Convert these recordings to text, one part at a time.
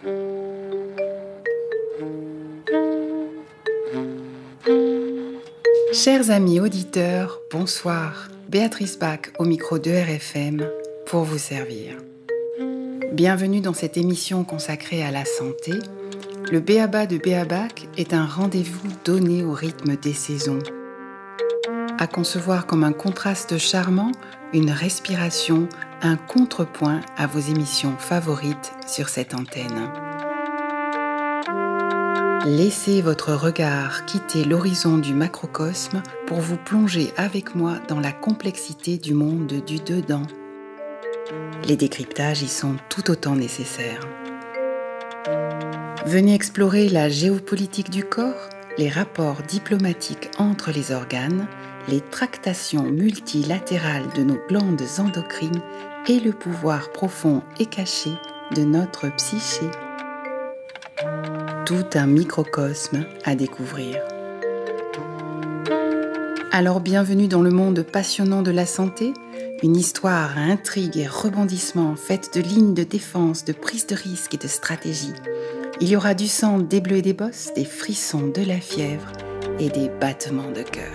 Chers amis auditeurs, bonsoir. Béatrice Bach au micro de RFM pour vous servir. Bienvenue dans cette émission consacrée à la santé. Le B.A.B.A. de B.A.B.A.C est un rendez-vous donné au rythme des saisons. À concevoir comme un contraste charmant, une respiration, un contrepoint à vos émissions favorites sur cette antenne. Laissez votre regard quitter l'horizon du macrocosme pour vous plonger avec moi dans la complexité du monde du dedans. Les décryptages y sont tout autant nécessaires. Venez explorer la géopolitique du corps, les rapports diplomatiques entre les organes, les tractations multilatérales de nos glandes endocrines et le pouvoir profond et caché de notre psyché. Tout un microcosme à découvrir. Alors bienvenue dans le monde passionnant de la santé, une histoire à intrigue et rebondissements faite de lignes de défense, de prise de risque et de stratégie. Il y aura du sang, des bleus et des bosses, des frissons, de la fièvre et des battements de cœur.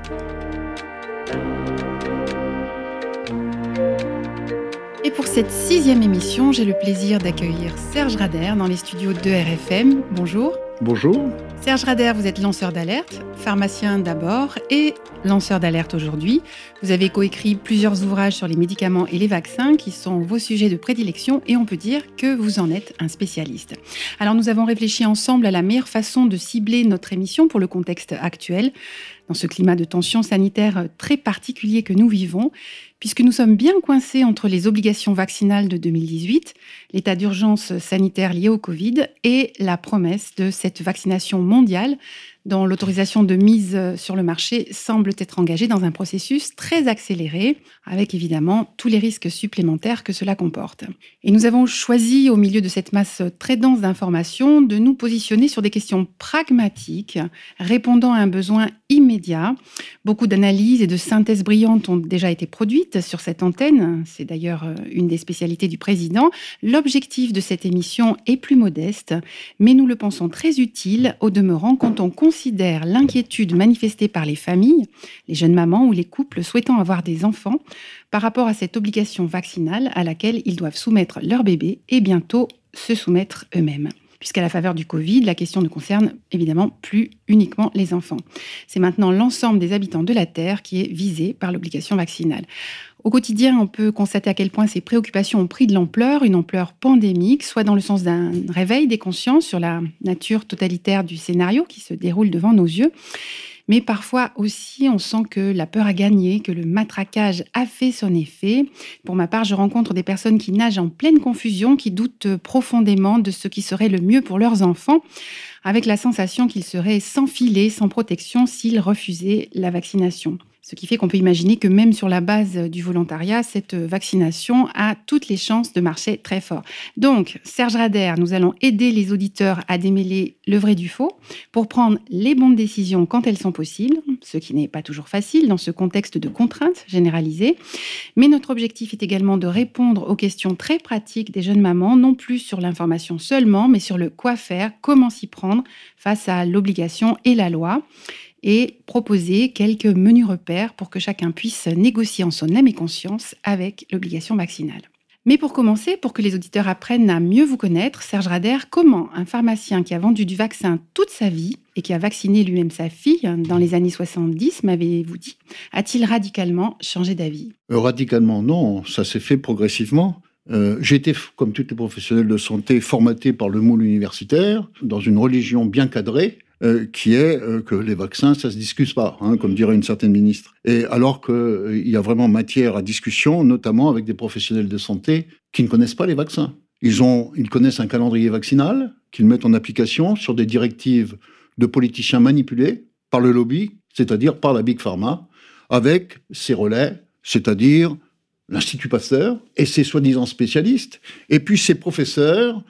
Et pour cette 6e émission, j'ai le plaisir d'accueillir Serge Rader dans les studios de RFM. Bonjour. Bonjour. Serge Rader, vous êtes lanceur d'alerte, pharmacien d'abord et lanceur d'alerte aujourd'hui. Vous avez coécrit plusieurs ouvrages sur les médicaments et les vaccins qui sont vos sujets de prédilection et on peut dire que vous en êtes un spécialiste. Alors nous avons réfléchi ensemble à la meilleure façon de cibler notre émission pour le contexte actuel, dans ce climat de tension sanitaire très particulier que nous vivons, puisque nous sommes bien coincés entre les obligations vaccinales de 2018, l'état d'urgence sanitaire lié au Covid et la promesse de cette vaccination mondiale dont l'autorisation de mise sur le marché semble être engagée dans un processus très accéléré, avec évidemment tous les risques supplémentaires que cela comporte. Et nous avons choisi, au milieu de cette masse très dense d'informations, de nous positionner sur des questions pragmatiques, répondant à un besoin immédiat. Beaucoup d'analyses et de synthèses brillantes ont déjà été produites sur cette antenne. C'est d'ailleurs une des spécialités du président. L'objectif de cette émission est plus modeste, mais nous le pensons très utile, au demeurant, quand on considère l'inquiétude manifestée par les familles, les jeunes mamans ou les couples souhaitant avoir des enfants, par rapport à cette obligation vaccinale à laquelle ils doivent soumettre leur bébé et bientôt se soumettre eux-mêmes. Puisqu'à la faveur du Covid, la question ne concerne évidemment plus uniquement les enfants. C'est maintenant l'ensemble des habitants de la Terre qui est visé par l'obligation vaccinale. Au quotidien, on peut constater à quel point ces préoccupations ont pris de l'ampleur, une ampleur pandémique, soit dans le sens d'un réveil des consciences sur la nature totalitaire du scénario qui se déroule devant nos yeux. Mais parfois aussi, on sent que la peur a gagné, que le matraquage a fait son effet. Pour ma part, je rencontre des personnes qui nagent en pleine confusion, qui doutent profondément de ce qui serait le mieux pour leurs enfants, avec la sensation qu'ils seraient sans filet, sans protection, s'ils refusaient la vaccination. Ce qui fait qu'on peut imaginer que même sur la base du volontariat, cette vaccination a toutes les chances de marcher très fort. Donc, Serge Rader, nous allons aider les auditeurs à démêler le vrai du faux pour prendre les bonnes décisions quand elles sont possibles, ce qui n'est pas toujours facile dans ce contexte de contraintes généralisées. Mais notre objectif est également de répondre aux questions très pratiques des jeunes mamans, non plus sur l'information seulement, mais sur le quoi faire, comment s'y prendre face à l'obligation et la loi, et proposer quelques menus repères pour que chacun puisse négocier en son âme et conscience avec l'obligation vaccinale. Mais pour commencer, pour que les auditeurs apprennent à mieux vous connaître, Serge Rader, comment un pharmacien qui a vendu du vaccin toute sa vie et qui a vacciné lui-même sa fille dans les années 70, m'avez-vous dit, a-t-il radicalement changé d'avis ? Radicalement, non. Ça s'est fait progressivement. J'ai été, comme tous les professionnels de santé, formaté par le moule universitaire, dans une religion bien cadrée, qui est que les vaccins, ça se discute pas, comme dirait une certaine ministre. Et alors qu'il y a vraiment matière à discussion, notamment avec des professionnels de santé qui ne connaissent pas les vaccins. Ils connaissent un calendrier vaccinal qu'ils mettent en application sur des directives de politiciens manipulés par le lobby, c'est-à-dire par la Big Pharma, avec ses relais, c'est-à-dire l'Institut Pasteur et ses soi-disant spécialistes, et puis ses professeurs,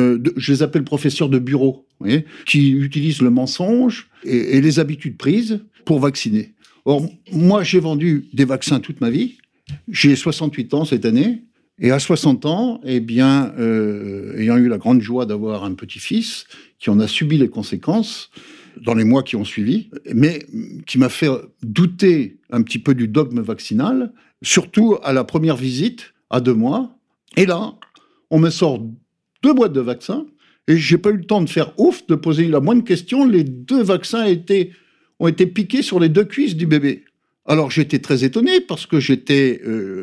je les appelle professeurs de bureau, vous voyez, qui utilisent le mensonge et les habitudes prises pour vacciner. Or, moi, j'ai vendu des vaccins toute ma vie. J'ai 68 ans cette année. Et à 60 ans, eh bien, ayant eu la grande joie d'avoir un petit-fils qui en a subi les conséquences dans les mois qui ont suivi, mais qui m'a fait douter un petit peu du dogme vaccinal, surtout à la première visite, à 2 mois. Et là, on me sort 2 boîtes de vaccins, et j'ai pas eu le temps de faire ouf, de poser la moindre question. Les 2 vaccins ont été piqués sur les 2 cuisses du bébé. Alors j'étais très étonné, parce que j'étais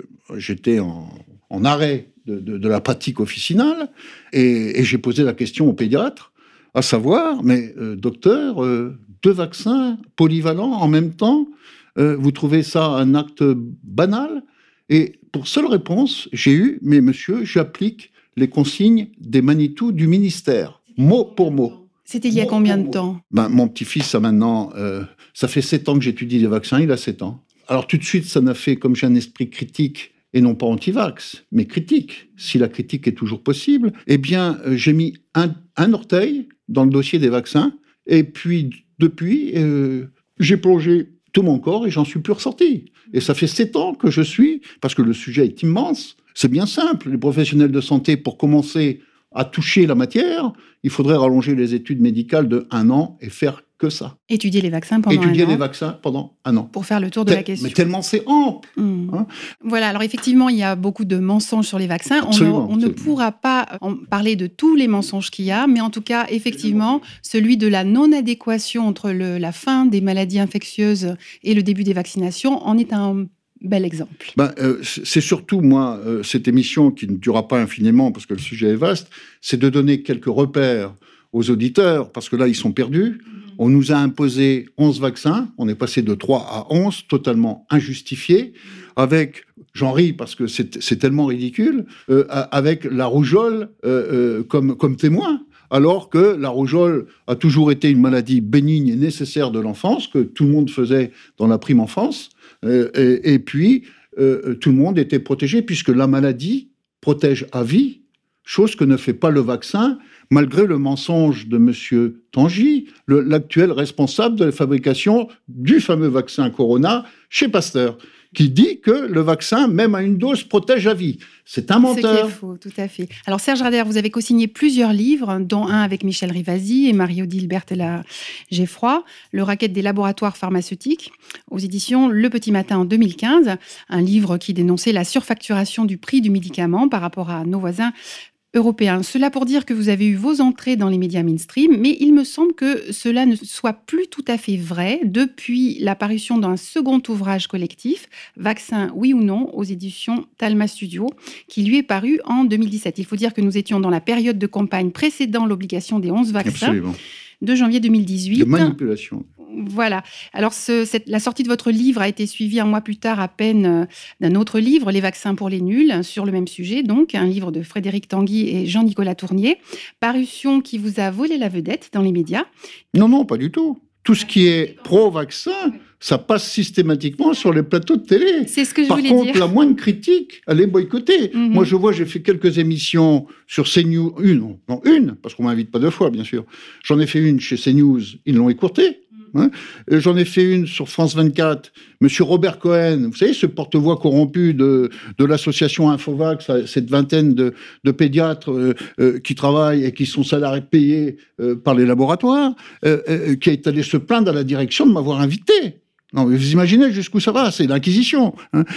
en arrêt de la pratique officinale, et j'ai posé la question au pédiatre, à savoir, mais docteur, 2 vaccins polyvalents en même temps, vous trouvez ça un acte banal? Et pour seule réponse, j'ai eu, mais monsieur, j'applique les consignes des Manitou du ministère, mot pour mot. C'était il y a combien de temps? Mon petit-fils, ça fait 7 ans que j'étudie les vaccins, il a 7 ans. Alors tout de suite, ça m'a fait, comme j'ai un esprit critique, et non pas anti-vax, mais critique, si la critique est toujours possible, eh bien, j'ai mis un orteil dans le dossier des vaccins, et puis, depuis, j'ai plongé tout mon corps et j'en suis plus ressorti. Et ça fait 7 ans que je suis, parce que le sujet est immense, c'est bien simple, les professionnels de santé, pour commencer à toucher la matière, il faudrait rallonger les études médicales de 1 an et faire que ça. Étudier les vaccins pendant 1 an. Étudier les vaccins pendant 1 an. Pour faire le tour de la question. Mais tellement c'est ample. Hein. Voilà, alors effectivement, il y a beaucoup de mensonges sur les vaccins. On ne pourra pas en parler de tous les mensonges qu'il y a, mais en tout cas, effectivement, celui de la non-adéquation entre la fin des maladies infectieuses et le début des vaccinations en est un bel exemple. C'est surtout, moi, cette émission qui ne durera pas infiniment parce que le sujet est vaste, c'est de donner quelques repères aux auditeurs, parce que là, ils sont perdus. On nous a imposé 11 vaccins, on est passé de 3 à 11, totalement injustifié, avec, j'en ris parce que c'est tellement ridicule, avec la rougeole comme témoin, alors que la rougeole a toujours été une maladie bénigne et nécessaire de l'enfance, que tout le monde faisait dans la prime enfance, et puis tout le monde était protégé, puisque la maladie protège à vie, chose que ne fait pas le vaccin, malgré le mensonge de M. Tanguy, l'actuel responsable de la fabrication du fameux vaccin Corona chez Pasteur, qui dit que le vaccin, même à une dose, protège à vie. C'est un menteur. Ce qui est faux, tout à fait. Alors Serge Rader, vous avez co-signé plusieurs livres, dont un avec Michel Rivasi et Marie-Odile Berthella-Geffroy, Le racket des laboratoires pharmaceutiques, aux éditions Le Petit Matin en 2015, un livre qui dénonçait la surfacturation du prix du médicament par rapport à nos voisins européen. Cela pour dire que vous avez eu vos entrées dans les médias mainstream, mais il me semble que cela ne soit plus tout à fait vrai depuis l'apparition d'un second ouvrage collectif, Vaccin, oui ou non, aux éditions Talma Studio, qui lui est paru en 2017. Il faut dire que nous étions dans la période de campagne précédant l'obligation des 11 vaccins. Absolument. De janvier 2018. De manipulation. Voilà. Alors, la sortie de votre livre a été suivie 1 mois plus tard à peine d'un autre livre, Les vaccins pour les nuls, sur le même sujet, donc un livre de Frédéric Tanguy et Jean-Nicolas Tournier. Parution qui vous a volé la vedette dans les médias. Non, pas du tout. Tout ce qui est pro-vaccin, ça passe systématiquement sur les plateaux de télé. C'est ce que je voulais dire. Par contre, la moindre critique, elle est boycottée. Moi, j'ai fait quelques émissions sur CNews. Une, parce qu'on ne m'invite pas 2 fois, bien sûr. J'en ai fait une chez CNews, ils l'ont écourtée. J'en ai fait une sur France 24. Monsieur Robert Cohen, vous savez, ce porte-voix corrompu de l'association Infovax, cette vingtaine de pédiatres qui travaillent et qui sont salariés payés par les laboratoires, qui est allé se plaindre à la direction de m'avoir invité. Non, vous imaginez jusqu'où ça va, c'est l'Inquisition.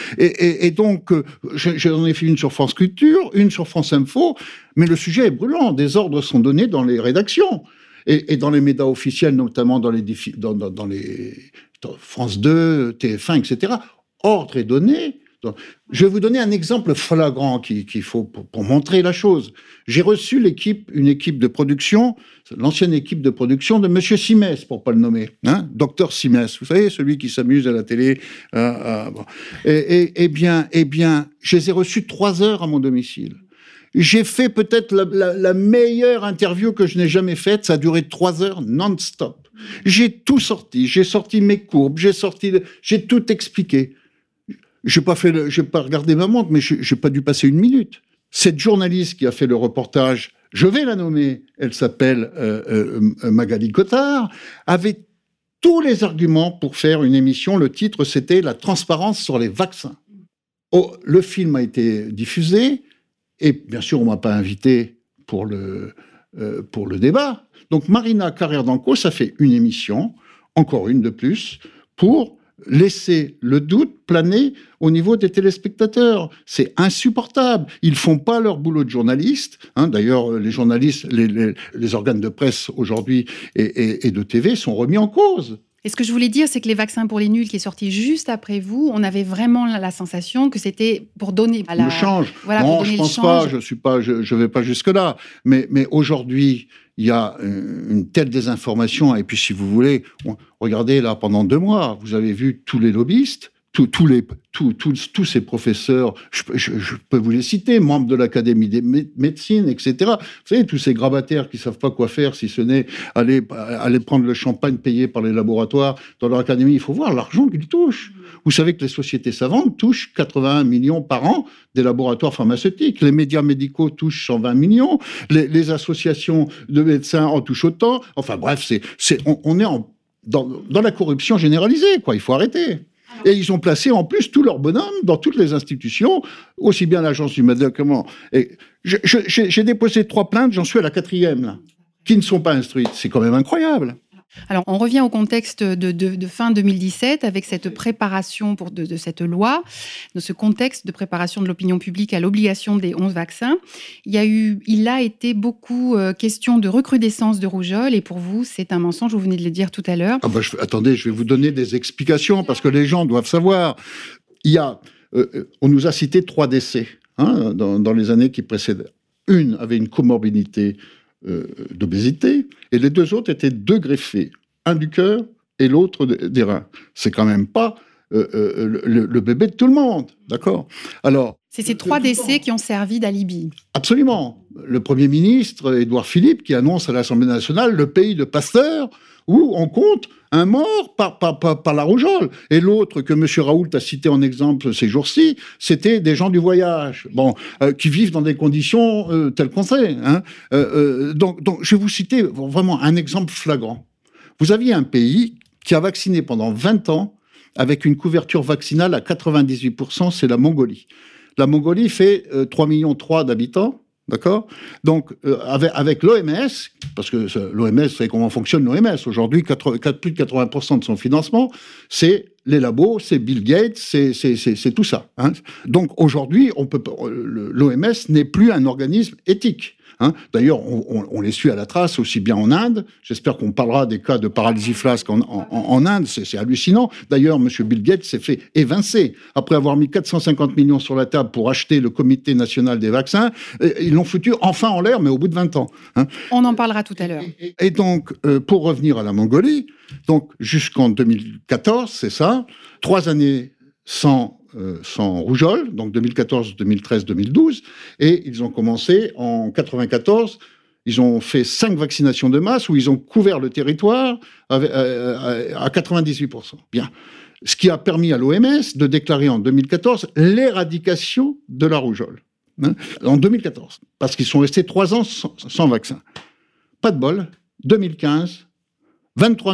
Et donc, j'en ai fait une sur France Culture, une sur France Info, mais le sujet est brûlant. Des ordres sont donnés dans les rédactions. Et dans les médias officiels, notamment dans France 2, TF1, etc., ordre est donné. Je vais vous donner un exemple flagrant qu'il faut pour montrer la chose. J'ai reçu une équipe de production, l'ancienne équipe de production de M. Simès, pour ne pas le nommer, Docteur Simès, vous savez, celui qui s'amuse à la télé. Eh bien, je les ai reçus 3 heures à mon domicile. J'ai fait peut-être la meilleure interview que je n'ai jamais faite. Ça a duré 3 heures non-stop. J'ai tout sorti. J'ai sorti mes courbes. J'ai tout expliqué. J'ai pas regardé ma montre, mais j'ai pas dû passer 1 minute. Cette journaliste qui a fait le reportage, je vais la nommer, elle s'appelle Magali Cotard, avait tous les arguments pour faire une émission. Le titre, c'était « La transparence sur les vaccins ». Oh, le film a été diffusé. Et bien sûr, on ne m'a pas invité pour le débat. Donc Marina Carrère-Danco, ça fait une émission, encore une de plus, pour laisser le doute planer au niveau des téléspectateurs. C'est insupportable. Ils font pas leur boulot de journaliste. D'ailleurs, les journalistes, les organes de presse aujourd'hui et de TV sont remis en cause. Et ce que je voulais dire, c'est que les vaccins pour les nuls, qui est sorti juste après vous, on avait vraiment la sensation que c'était pour donner le change. Voilà, non, je pense pas. Je vais pas jusque là. Mais aujourd'hui, il y a une telle désinformation. Et puis, si vous voulez, regardez là, pendant 2 mois, vous avez vu tous les lobbyistes, tous ces professeurs, je peux vous les citer, membres de l'Académie des médecines, etc. Vous savez, tous ces grabataires qui savent pas quoi faire, si ce n'est aller prendre le champagne payé par les laboratoires dans leur académie. Il faut voir l'argent qu'ils touchent. Vous savez que les sociétés savantes touchent 81 millions par an des laboratoires pharmaceutiques. Les médias médicaux touchent 120 millions. Les associations de médecins en touchent autant. Enfin bref, on est dans la corruption généralisée, quoi. Il faut arrêter. Et ils ont placé en plus tous leurs bonhommes dans toutes les institutions, aussi bien l'Agence du médicament. Et j'ai déposé 3 plaintes, j'en suis à la 4e, là, qui ne sont pas instruites. C'est quand même incroyable. Alors, on revient au contexte de fin 2017 avec cette préparation de cette loi, de ce contexte de préparation de l'opinion publique à l'obligation des 11 vaccins. Il a été beaucoup question de recrudescence de rougeole et pour vous, c'est un mensonge, vous venez de le dire tout à l'heure. Attendez, je vais vous donner des explications parce que les gens doivent savoir. On nous a cité 3 décès dans les années qui précédaient. Une avait une comorbidité d'obésité, et les 2 autres étaient 2 greffés, un du cœur et l'autre des reins. C'est quand même pas le bébé de tout le monde, d'accord ? Alors, c'est ces 3 décès qui ont servi d'alibi. Absolument. Le Premier ministre, Édouard Philippe, qui annonce à l'Assemblée nationale le pays de Pasteur, où on compte un mort par la rougeole. Et l'autre que M. Raoult a cité en exemple ces jours-ci, c'était des gens du voyage, qui vivent dans des conditions telles qu'on sait. Donc, je vais vous citer vraiment un exemple flagrant. Vous aviez un pays qui a vacciné pendant 20 ans avec une couverture vaccinale à 98%, c'est la Mongolie. La Mongolie fait 3,3 millions d'habitants. D'accord ? Donc, avec l'OMS, parce que l'OMS, vous savez comment fonctionne l'OMS. Aujourd'hui, plus de 80% de son financement, c'est les labos, c'est Bill Gates, c'est tout ça. Donc, aujourd'hui, l'OMS n'est plus un organisme éthique. D'ailleurs, on les suit à la trace, aussi bien en Inde. J'espère qu'on parlera des cas de paralysie flasque en Inde. C'est hallucinant. D'ailleurs, M. Bill Gates s'est fait évincer. Après avoir mis 450 millions sur la table pour acheter le Comité national des vaccins, ils l'ont foutu enfin en l'air, mais au bout de 20 ans. On en parlera tout à l'heure. Et donc, pour revenir à la Mongolie, donc jusqu'en 2014, c'est ça, 3 années sans rougeole, donc 2014, 2013, 2012, et ils ont commencé en 94, ils ont fait 5 vaccinations de masse où ils ont couvert le territoire à 98%. Bien. Ce qui a permis à l'OMS de déclarer en 2014 l'éradication de la rougeole. En 2014, parce qu'ils sont restés 3 ans sans vaccin. Pas de bol, 2015, 23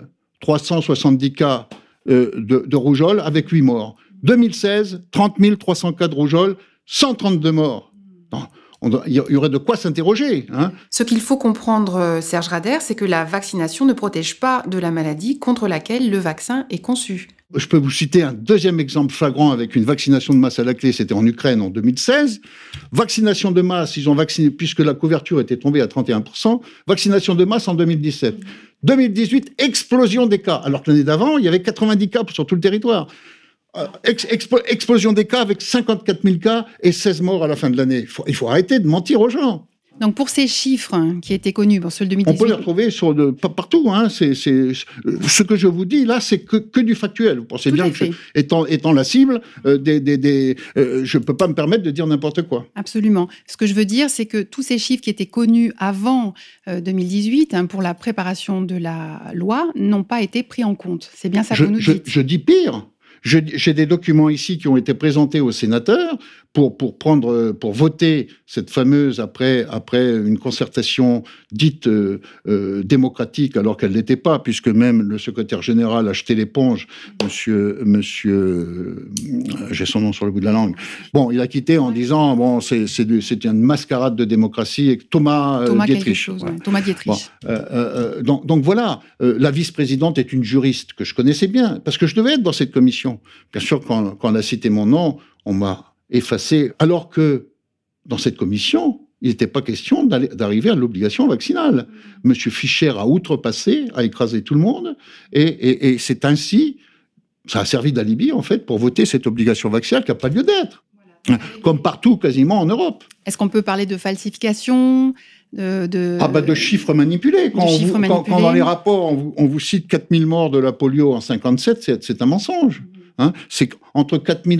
370 cas de rougeole avec 8 morts. 2016, 30 300 cas de rougeole, 132 morts. Il y aurait de quoi s'interroger. Ce qu'il faut comprendre, Serge Rader, c'est que la vaccination ne protège pas de la maladie contre laquelle le vaccin est conçu. Je peux vous citer un deuxième exemple flagrant avec une vaccination de masse à la clé, c'était en Ukraine en 2016. Vaccination de masse, ils ont vacciné, puisque la couverture était tombée à 31%, vaccination de masse en 2017. 2018, explosion des cas, alors que l'année d'avant, il y avait 90 cas sur tout le territoire. Explosion des cas avec 54 000 cas et 16 morts à la fin de l'année. Il faut arrêter de mentir aux gens. Donc pour ces chiffres qui étaient connus, pour ceux de 2018... On peut les retrouver partout. Ce que je vous dis là, c'est que du factuel. Vous pensez bien que, étant la cible, je ne peux pas me permettre de dire n'importe quoi. Absolument. Ce que je veux dire, c'est que tous ces chiffres qui étaient connus avant 2018, pour la préparation de la loi, n'ont pas été pris en compte. C'est bien ça que vous nous dites. Je dis pire. J'ai des documents ici qui ont été présentés aux sénateurs pour voter cette fameuse, après une concertation dite démocratique, alors qu'elle n'était pas, puisque même le secrétaire général a jeté l'éponge, monsieur, j'ai son nom sur le bout de la langue. Bon, il a quitté en disant, bon, c'est une mascarade de démocratie, et Thomas Dietrich. Ouais. Thomas Dietrich. Bon, donc voilà, la vice-présidente est une juriste que je connaissais bien, parce que je devais être dans cette commission. Bien sûr, quand on a cité mon nom, on m'a effacé, alors que dans cette commission, il n'était pas question d'arriver à l'obligation vaccinale. Monsieur Fischer a outrepassé, a écrasé tout le monde, et c'est ainsi, ça a servi d'alibi, en fait, pour voter cette obligation vaccinale qui n'a pas lieu d'être. Voilà. Comme partout, quasiment, en Europe. Est-ce qu'on peut parler de falsification de chiffres manipulés. Quand dans les rapports, on vous cite 4000 morts de la polio en 57, c'est un mensonge. Hein, c'est entre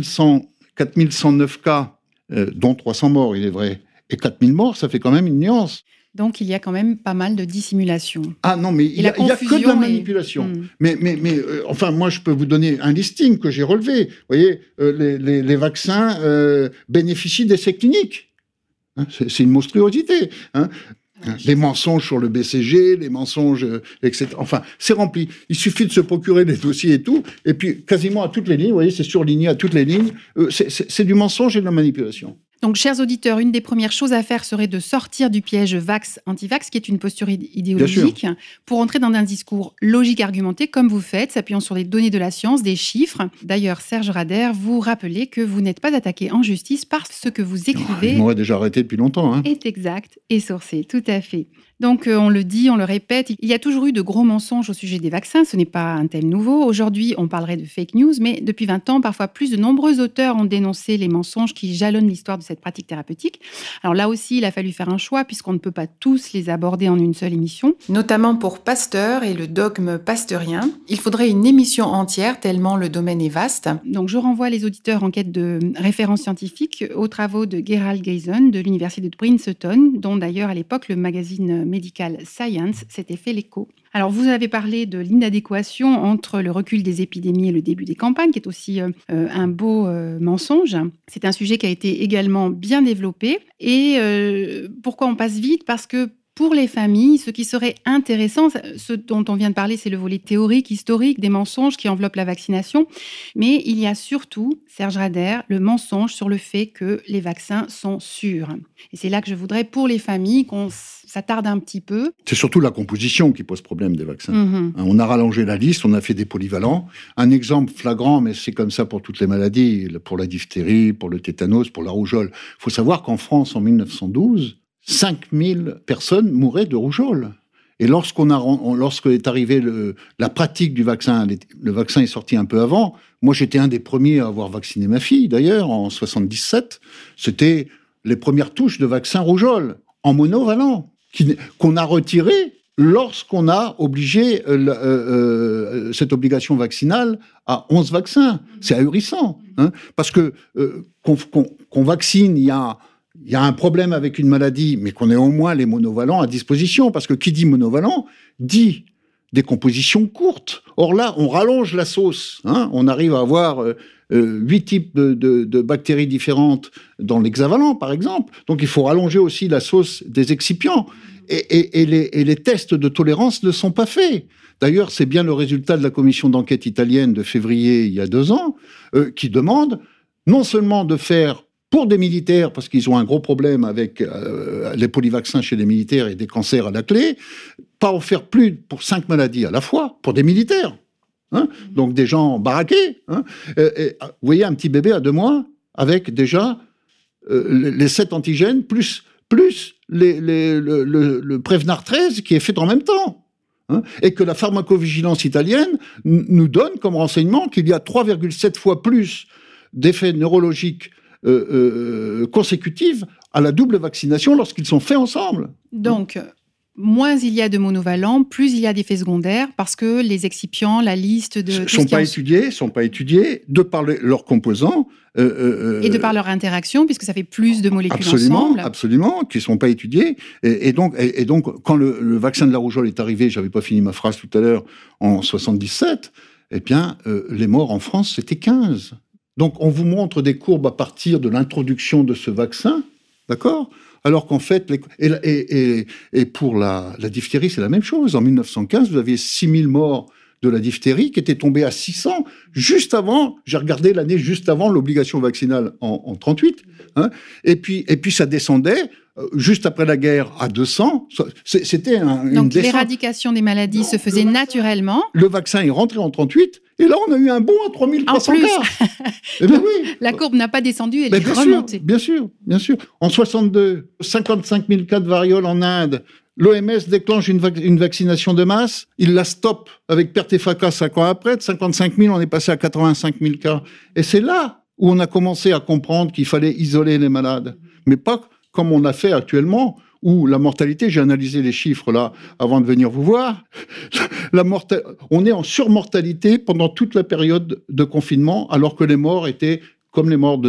4109 cas, dont 300 morts, il est vrai, et 4000 morts, ça fait quand même une nuance. Donc, il y a quand même pas mal de dissimulation. Ah non, mais il y a que de la manipulation. Mais enfin, moi, je peux vous donner un listing que j'ai relevé. Vous voyez, les vaccins bénéficient d'essais cliniques. Hein, c'est une monstruosité. Hein. Les mensonges sur le BCG, les mensonges, etc. Enfin, c'est rempli. Il suffit de se procurer les dossiers et tout, et puis quasiment à toutes les lignes, vous voyez, c'est surligné à toutes les lignes. C'est du mensonge et de la manipulation. Donc, chers auditeurs, une des premières choses à faire serait de sortir du piège vax-anti-vax, qui est une posture idéologique, pour entrer dans un discours logique argumenté, comme vous faites, s'appuyant sur les données de la science, des chiffres. D'ailleurs, Serge Rader, vous rappelez que vous n'êtes pas attaqué en justice parce que ce que vous écrivez... Il m'aurait déjà arrêté depuis longtemps. Hein. Est exact et sourcé, tout à fait. Donc, on le dit, on le répète, il y a toujours eu de gros mensonges au sujet des vaccins, ce n'est pas un thème nouveau. Aujourd'hui, on parlerait de fake news, mais depuis 20 ans, parfois plus, de nombreux auteurs ont dénoncé les mensonges qui jalonnent l'histoire de cette pratique thérapeutique. Alors là aussi, il a fallu faire un choix, puisqu'on ne peut pas tous les aborder en une seule émission, notamment pour Pasteur et le dogme pasteurien. Il faudrait une émission entière, tellement le domaine est vaste. Donc, je renvoie les auditeurs en quête de références scientifiques aux travaux de Gerald Gayson de l'université de Princeton, dont d'ailleurs à l'époque le magazine Medical Science s'était fait l'écho. Alors, vous avez parlé de l'inadéquation entre le recul des épidémies et le début des campagnes, qui est aussi un beau mensonge. C'est un sujet qui a été également bien développé. Et pourquoi on passe vite ? Parce que pour les familles, ce qui serait intéressant, ce dont on vient de parler, c'est le volet théorique, historique, des mensonges qui enveloppent la vaccination. Mais il y a surtout, Serge Rader, le mensonge sur le fait que les vaccins sont sûrs. Et c'est là que je voudrais, pour les familles, qu'on s'attarde un petit peu. C'est surtout la composition qui pose problème des vaccins. On a rallongé la liste, on a fait des polyvalents. Un exemple flagrant, mais c'est comme ça pour toutes les maladies, pour la diphtérie, pour le tétanos, pour la rougeole. Il faut savoir qu'en France, en 1912, 5000 personnes mouraient de rougeole. Et lorsqu'est arrivée la pratique du vaccin, le vaccin est sorti un peu avant. Moi, j'étais un des premiers à avoir vacciné ma fille, d'ailleurs, en 77. C'était les premières touches de vaccin rougeole, en monovalent, qu'on a retiré lorsqu'on a obligé cette obligation vaccinale à 11 vaccins. C'est ahurissant. Hein, parce que qu'on vaccine, il y a un problème avec une maladie, mais qu'on ait au moins les monovalents à disposition. Parce que qui dit monovalent, dit des compositions courtes. Or là, on rallonge la sauce. Hein, on arrive à avoir 8 types de bactéries différentes dans l'hexavalent, par exemple. Donc il faut rallonger aussi la sauce des excipients. Et les tests de tolérance ne sont pas faits. D'ailleurs, c'est bien le résultat de la commission d'enquête italienne de février, il y a 2 ans, qui demande non seulement de faire pour des militaires, parce qu'ils ont un gros problème avec les polyvaccins chez les militaires et des cancers à la clé, pas en faire plus pour 5 maladies à la fois, pour des militaires. Hein, donc des gens baraqués. Hein, et, vous voyez un petit bébé à 2 mois, avec déjà les 7 antigènes, plus le Prevnar 13 qui est fait en même temps. Hein, et que la pharmacovigilance italienne nous donne comme renseignement qu'il y a 3,7 fois plus d'effets neurologiques consécutifs à la double vaccination lorsqu'ils sont faits ensemble. Donc, moins il y a de monovalents, plus il y a d'effets secondaires, parce que les excipients, la liste de... sont pas étudiés de par leurs composants. Et de par leur interaction, puisque ça fait plus de molécules ensemble. Absolument, qui ne sont pas étudiés. Et donc, quand le vaccin de la rougeole est arrivé, j'avais pas fini ma phrase tout à l'heure, en 77, eh bien, les morts en France, c'était 15. Donc, on vous montre des courbes à partir de l'introduction de ce vaccin, d'accord ? Alors qu'en fait, et pour la diphtérie, c'est la même chose. En 1915, vous aviez 6000 morts de la diphtérie qui étaient tombés à 600 juste avant, j'ai regardé l'année juste avant l'obligation vaccinale en 38, hein, et puis ça descendait juste après la guerre à 200. C'était une Donc descente. L'éradication des maladies se faisait naturellement. Le vaccin est rentré en 38, et là on a eu un bond à 3300 cas. Eh bien oui. La courbe n'a pas descendu, elle est bien remontée. Bien sûr. En 62, 55 000 cas de variole en Inde. L'OMS déclenche une vaccination de masse, il la stoppe avec perte et fracas 5 ans après. De 55 000, on est passé à 85 000 cas. Et c'est là où on a commencé à comprendre qu'il fallait isoler les malades. Mais pas comme on l'a fait actuellement, où la mortalité, j'ai analysé les chiffres là avant de venir vous voir, on est en surmortalité pendant toute la période de confinement, alors que les morts étaient comme les morts de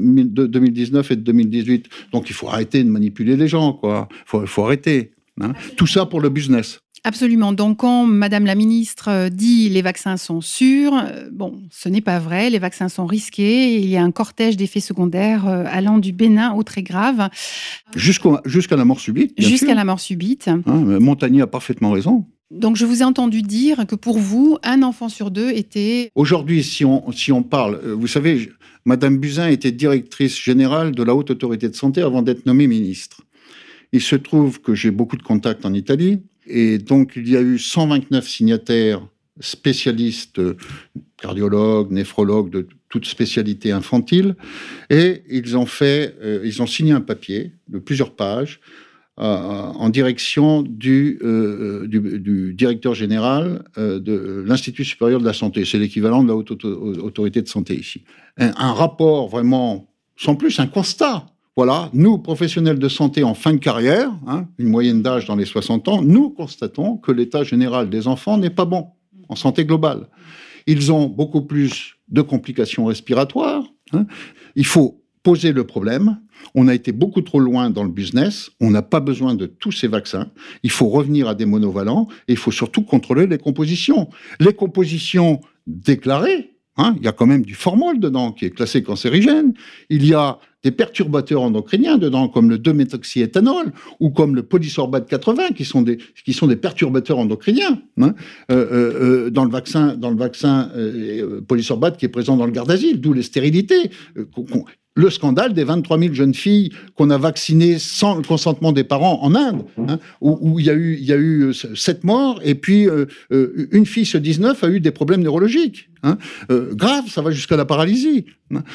2019 et de 2018. Donc il faut arrêter de manipuler les gens, quoi. Faut arrêter. Hein. Tout ça pour le business. Absolument. Donc, quand Madame la ministre dit les vaccins sont sûrs, bon, ce n'est pas vrai. Les vaccins sont risqués. Il y a un cortège d'effets secondaires allant du bénin au très grave. Jusqu'à la mort subite. Jusqu'à la mort subite. Hein, Montagnier a parfaitement raison. Donc, je vous ai entendu dire que pour vous, un enfant sur deux était... Aujourd'hui, si on parle... Vous savez, Madame Buzyn était directrice générale de la Haute Autorité de Santé avant d'être nommée ministre. Il se trouve que j'ai beaucoup de contacts en Italie. Et donc, il y a eu 129 signataires spécialistes, cardiologues, néphrologues, de toute spécialité infantile. Et ils ont signé un papier de plusieurs pages en direction du directeur général de l'Institut supérieur de la santé. C'est l'équivalent de la Haute Autorité de Santé ici. Un rapport vraiment, sans plus, un constat. Voilà, nous, professionnels de santé en fin de carrière, une moyenne d'âge dans les 60 ans, nous constatons que l'état général des enfants n'est pas bon en santé globale. Ils ont beaucoup plus de complications respiratoires. Il faut poser le problème. On a été beaucoup trop loin dans le business. On n'a pas besoin de tous ces vaccins. Il faut revenir à des monovalents et il faut surtout contrôler les compositions. Les compositions déclarées, il y a quand même du formol dedans qui est classé cancérigène. Il y a des perturbateurs endocriniens dedans, comme le 2-méthoxyéthanol ou comme le polysorbate 80, qui sont des perturbateurs endocriniens. Dans le vaccin polysorbate qui est présent dans le Gardasil, d'où les stérilités. Le scandale des 23 000 jeunes filles qu'on a vaccinées sans le consentement des parents en Inde, où il y a eu 7 morts, et puis une fille sur 19 a eu des problèmes neurologiques. Grave, ça va jusqu'à la paralysie.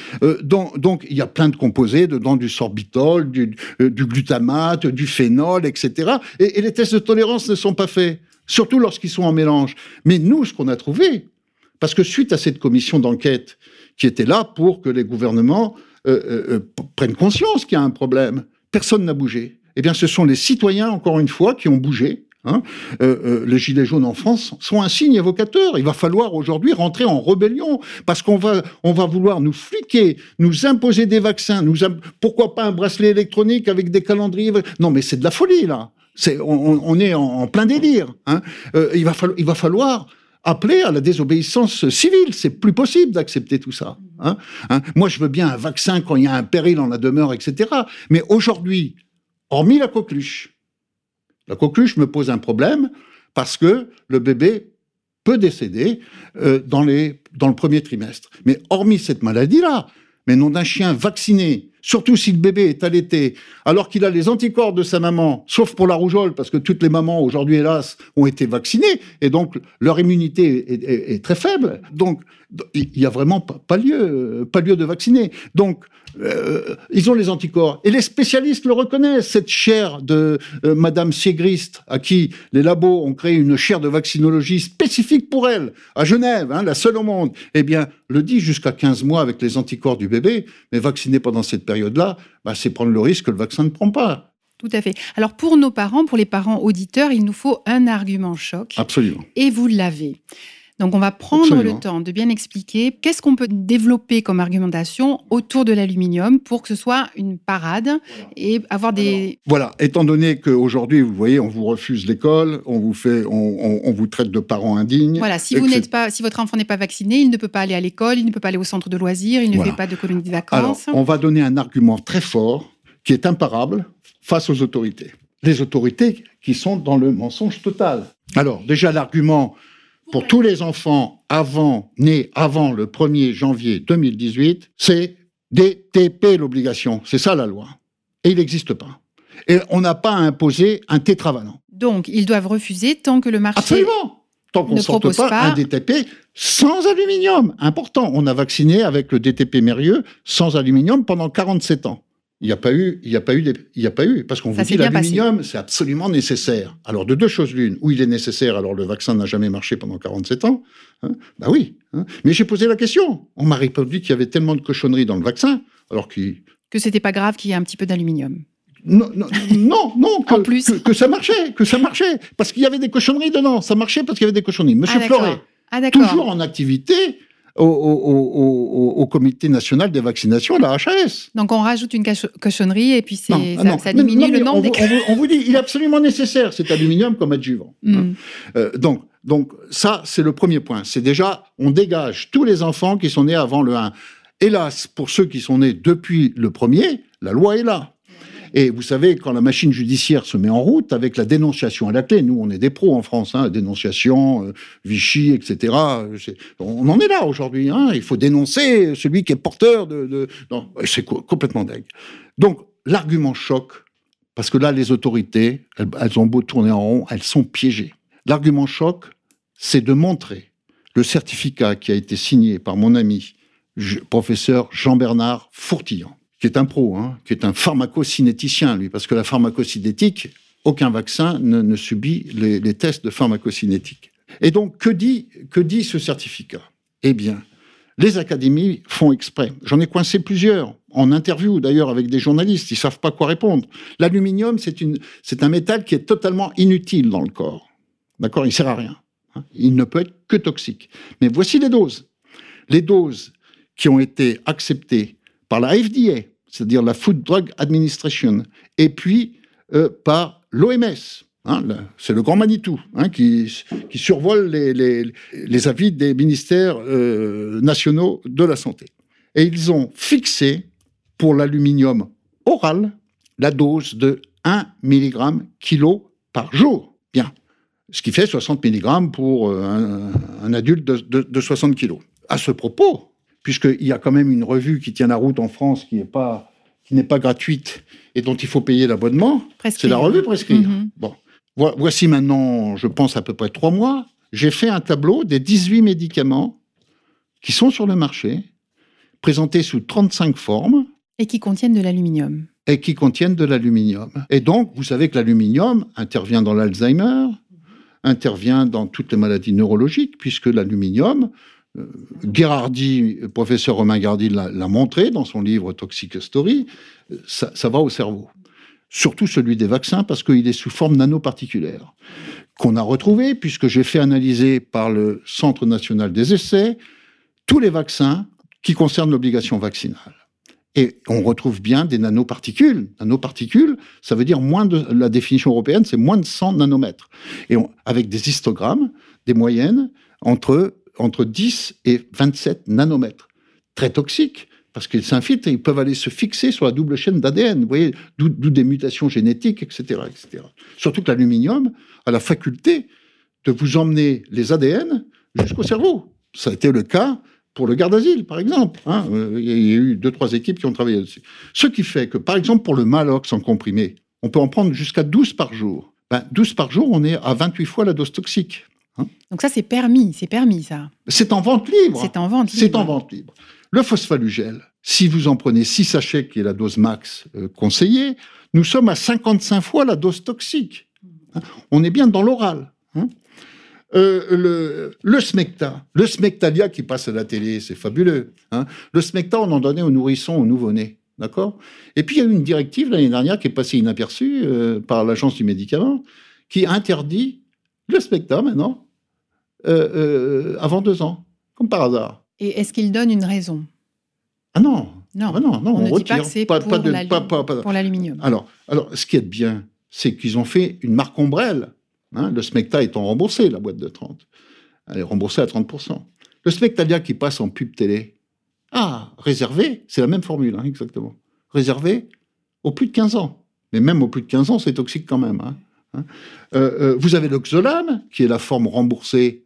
Donc, il y a plein de composés dedans, du sorbitol, du glutamate, du phénol, etc. Et les tests de tolérance ne sont pas faits, surtout lorsqu'ils sont en mélange. Mais nous, ce qu'on a trouvé, parce que suite à cette commission d'enquête qui était là pour que les gouvernements prennent conscience qu'il y a un problème, personne n'a bougé. Eh bien, ce sont les citoyens, encore une fois, qui ont bougé. Les gilets jaunes en France sont un signe évocateur. Il va falloir aujourd'hui rentrer en rébellion parce qu'on va vouloir nous fliquer, nous imposer des vaccins, pourquoi pas un bracelet électronique avec des calendriers. Non, mais c'est de la folie, là. On est en plein délire. Il va falloir appeler à la désobéissance civile. C'est plus possible d'accepter tout ça. Moi, je veux bien un vaccin quand il y a un péril en la demeure, etc. Mais aujourd'hui, hormis la coqueluche me pose un problème parce que le bébé peut décéder dans le premier trimestre. Mais hormis cette maladie-là, mais nom d'un chien vacciné, surtout si le bébé est allaité, alors qu'il a les anticorps de sa maman, sauf pour la rougeole, parce que toutes les mamans, aujourd'hui, hélas, ont été vaccinées, et donc leur immunité est très faible. Donc, il n'y a vraiment pas lieu de vacciner. Donc, ils ont les anticorps. Et les spécialistes le reconnaissent, cette chaire de Madame Siegrist, à qui les labos ont créé une chaire de vaccinologie spécifique pour elle, à Genève, la seule au monde, eh bien, le dit jusqu'à 15 mois avec les anticorps du bébé, mais vacciner pendant cette période-là, c'est prendre le risque que le vaccin ne prend pas. Tout à fait. Alors, pour nos parents, pour les parents auditeurs, il nous faut un argument choc. Absolument. Et vous l'avez. Donc, on va prendre Absolument. le temps de bien expliquer qu'est-ce qu'on peut développer comme argumentation autour de l'aluminium pour que ce soit une parade et avoir des... Voilà, étant donné qu'aujourd'hui, vous voyez, on vous refuse l'école, on vous traite de parents indignes. Voilà, si etc. si votre enfant n'est pas vacciné, il ne peut pas aller à l'école, il ne peut pas aller au centre de loisirs, il ne Voilà. fait pas de colonie de Alors, vacances. on va donner un argument très fort qui est imparable face aux autorités. Les autorités qui sont dans le mensonge total. Alors, déjà, l'argument pour tous les enfants nés avant le 1er janvier 2018, c'est DTP l'obligation. C'est ça la loi. Et il n'existe pas. Et on n'a pas à imposer un tétravalent. Donc, ils doivent refuser tant que le marché... Absolument. Tant qu'on ne sorte propose pas un DTP sans aluminium. Important. On a vacciné avec le DTP Mérieux sans aluminium pendant 47 ans. Il n'y a pas eu, parce qu'on Ça vous s'est dit bien l'aluminium, c'est absolument nécessaire. Alors, de deux choses l'une, où il est nécessaire, alors le vaccin n'a jamais marché pendant 47 ans. Bah oui. Mais j'ai posé la question. On m'a répondu qu'il y avait tellement de cochonneries dans le vaccin, alors que c'était pas grave qu'il y ait un petit peu d'aluminium. Non, En plus. que ça marchait, parce qu'il y avait des cochonneries dedans. Ça marchait parce qu'il y avait des cochonneries. Monsieur Floret, d'accord. toujours en activité au Comité national des vaccinations, la HAS. Donc on rajoute une cochonnerie et puis ça diminue mais le nombre des... on vous dit, il est absolument nécessaire cet aluminium comme adjuvant. Donc ça, c'est le premier point. C'est déjà, on dégage tous les enfants qui sont nés avant le 1. Hélas, pour ceux qui sont nés depuis le 1er, la loi est là. Et vous savez, quand la machine judiciaire se met en route, avec la dénonciation à la clé, nous, on est des pros en France, dénonciation, Vichy, etc. On en est là aujourd'hui. Il faut dénoncer celui qui est porteur de... Non, c'est complètement dingue. Donc, l'argument choc, parce que là, les autorités, elles ont beau tourner en rond, elles sont piégées. L'argument choc, c'est de montrer le certificat qui a été signé par mon ami, professeur Jean-Bernard Fourtillon, qui est un pro, qui est un pharmacocinéticien, lui, parce que la pharmacocinétique, aucun vaccin ne subit les tests de pharmacocinétique. Et donc, que dit ce certificat ? Eh bien, les académies font exprès. J'en ai coincé plusieurs, en interview d'ailleurs avec des journalistes, ils ne savent pas quoi répondre. L'aluminium, c'est un métal qui est totalement inutile dans le corps. D'accord ? Il ne sert à rien. Il ne peut être que toxique. Mais voici les doses. Les doses qui ont été acceptées par la FDA, c'est-à-dire la Food Drug Administration, et puis par l'OMS. C'est le grand Manitou qui survole les avis des ministères nationaux de la santé. Et ils ont fixé pour l'aluminium oral la dose de 1 mg kilo par jour. Bien. Ce qui fait 60 mg pour un adulte de 60 kg. À ce propos, puisqu'il y a quand même une revue qui tient la route en France qui n'est pas gratuite et dont il faut payer l'abonnement, c'est la revue Prescrire. Bon. Voici maintenant, je pense, à peu près 3 mois, j'ai fait un tableau des 18 médicaments qui sont sur le marché, présentés sous 35 formes. Et qui contiennent de l'aluminium. Et donc, vous savez que l'aluminium intervient dans l'Alzheimer, intervient dans toutes les maladies neurologiques, puisque l'aluminium... professeur Romain Gardy l'a montré dans son livre Toxic Story, ça va au cerveau. Surtout celui des vaccins, parce qu'il est sous forme nanoparticulaire, qu'on a retrouvé, puisque j'ai fait analyser par le Centre national des essais tous les vaccins qui concernent l'obligation vaccinale. Et on retrouve bien des nanoparticules. Nanoparticules, ça veut dire la définition européenne, c'est moins de 100 nanomètres. Et avec des histogrammes, des moyennes entre 10 et 27 nanomètres. Très toxiques, parce qu'ils s'infiltrent et ils peuvent aller se fixer sur la double chaîne d'ADN. Vous voyez, d'où des mutations génétiques, etc., etc. Surtout que l'aluminium a la faculté de vous emmener les ADN jusqu'au cerveau. Ça a été le cas pour le Gardasil, par exemple. Il y a eu 2-3 équipes qui ont travaillé dessus. Ce qui fait que, par exemple, pour le Malox en comprimé, on peut en prendre jusqu'à 12 par jour. 12 par jour, on est à 28 fois la dose toxique. Donc ça, c'est permis, ça. C'est en vente libre. C'est en vente libre. Le phosphalugel, si vous en prenez 6 sachets, qui est la dose max conseillée, nous sommes à 55 fois la dose toxique. On est bien dans l'oral. Le Smecta, le Smectalia qui passe à la télé, c'est fabuleux. Le Smecta, on en donnait aux nourrissons, aux nouveau-nés. D'accord ? Et puis, il y a eu une directive l'année dernière qui est passée inaperçue par l'Agence du médicament, qui interdit le Smecta, maintenant, avant 2 ans, comme par hasard. Et est-ce qu'il donne une raison? Ah non. Non, Ah non, on ne dit retire. pas que c'est Pas pour de- l'aluminium. Alors, ce qui est bien, c'est qu'ils ont fait une marque ombrelle. Hein, le Smecta étant remboursé, la boîte de 30. Elle est remboursée à 30%. Le Smectalia qui passe en pub télé, réservé, c'est la même formule, hein, exactement. Réservé aux plus de 15 ans. Mais même aux plus de 15 ans, c'est toxique quand même. Vous avez l'Oxolane, qui est la forme remboursée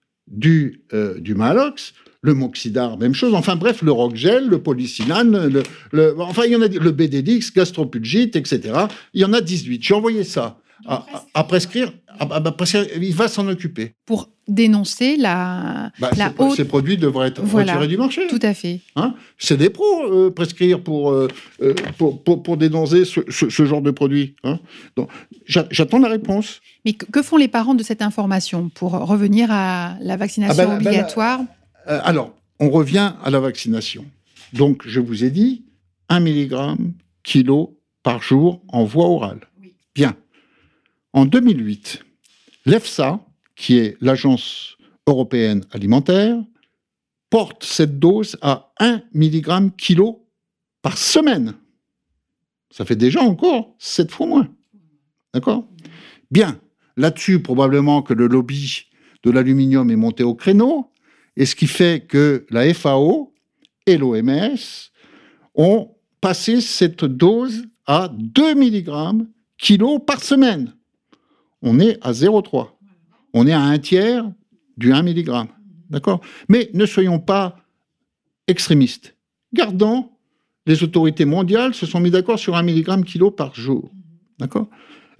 du Maalox. Le Moxidar, même chose. Enfin bref, le Rockgel, le Polycinane, enfin il y en a le BDDX, Gastropulgite, etc. Il y en a 18. J'ai envoyé ça à prescrire. Il va s'en occuper. Pour dénoncer la haute... Ces produits devraient être retirés du marché. Tout à fait. Hein, c'est des pros, prescrire pour dénoncer ce genre de produits. Hein. Donc, j'attends la réponse. Mais que font les parents de cette information pour revenir à la vaccination obligatoire? Alors, on revient à la vaccination. Donc, je vous ai dit 1 mg kilo par jour en voie orale. Oui. Bien. En 2008, l'EFSA, qui est l'Agence européenne alimentaire, porte cette dose à 1 mg kilo par semaine. Ça fait déjà encore 7 fois moins. D'accord ? Bien. Là-dessus, probablement que le lobby de l'aluminium est monté au créneau, et ce qui fait que la FAO et l'OMS ont passé cette dose à 2 mg kilo par semaine. On est à 0,3. On est à un tiers du 1 mg. D'accord ? Mais ne soyons pas extrémistes. Gardons, les autorités mondiales se sont mis d'accord sur 1 mg kilo par jour. D'accord ?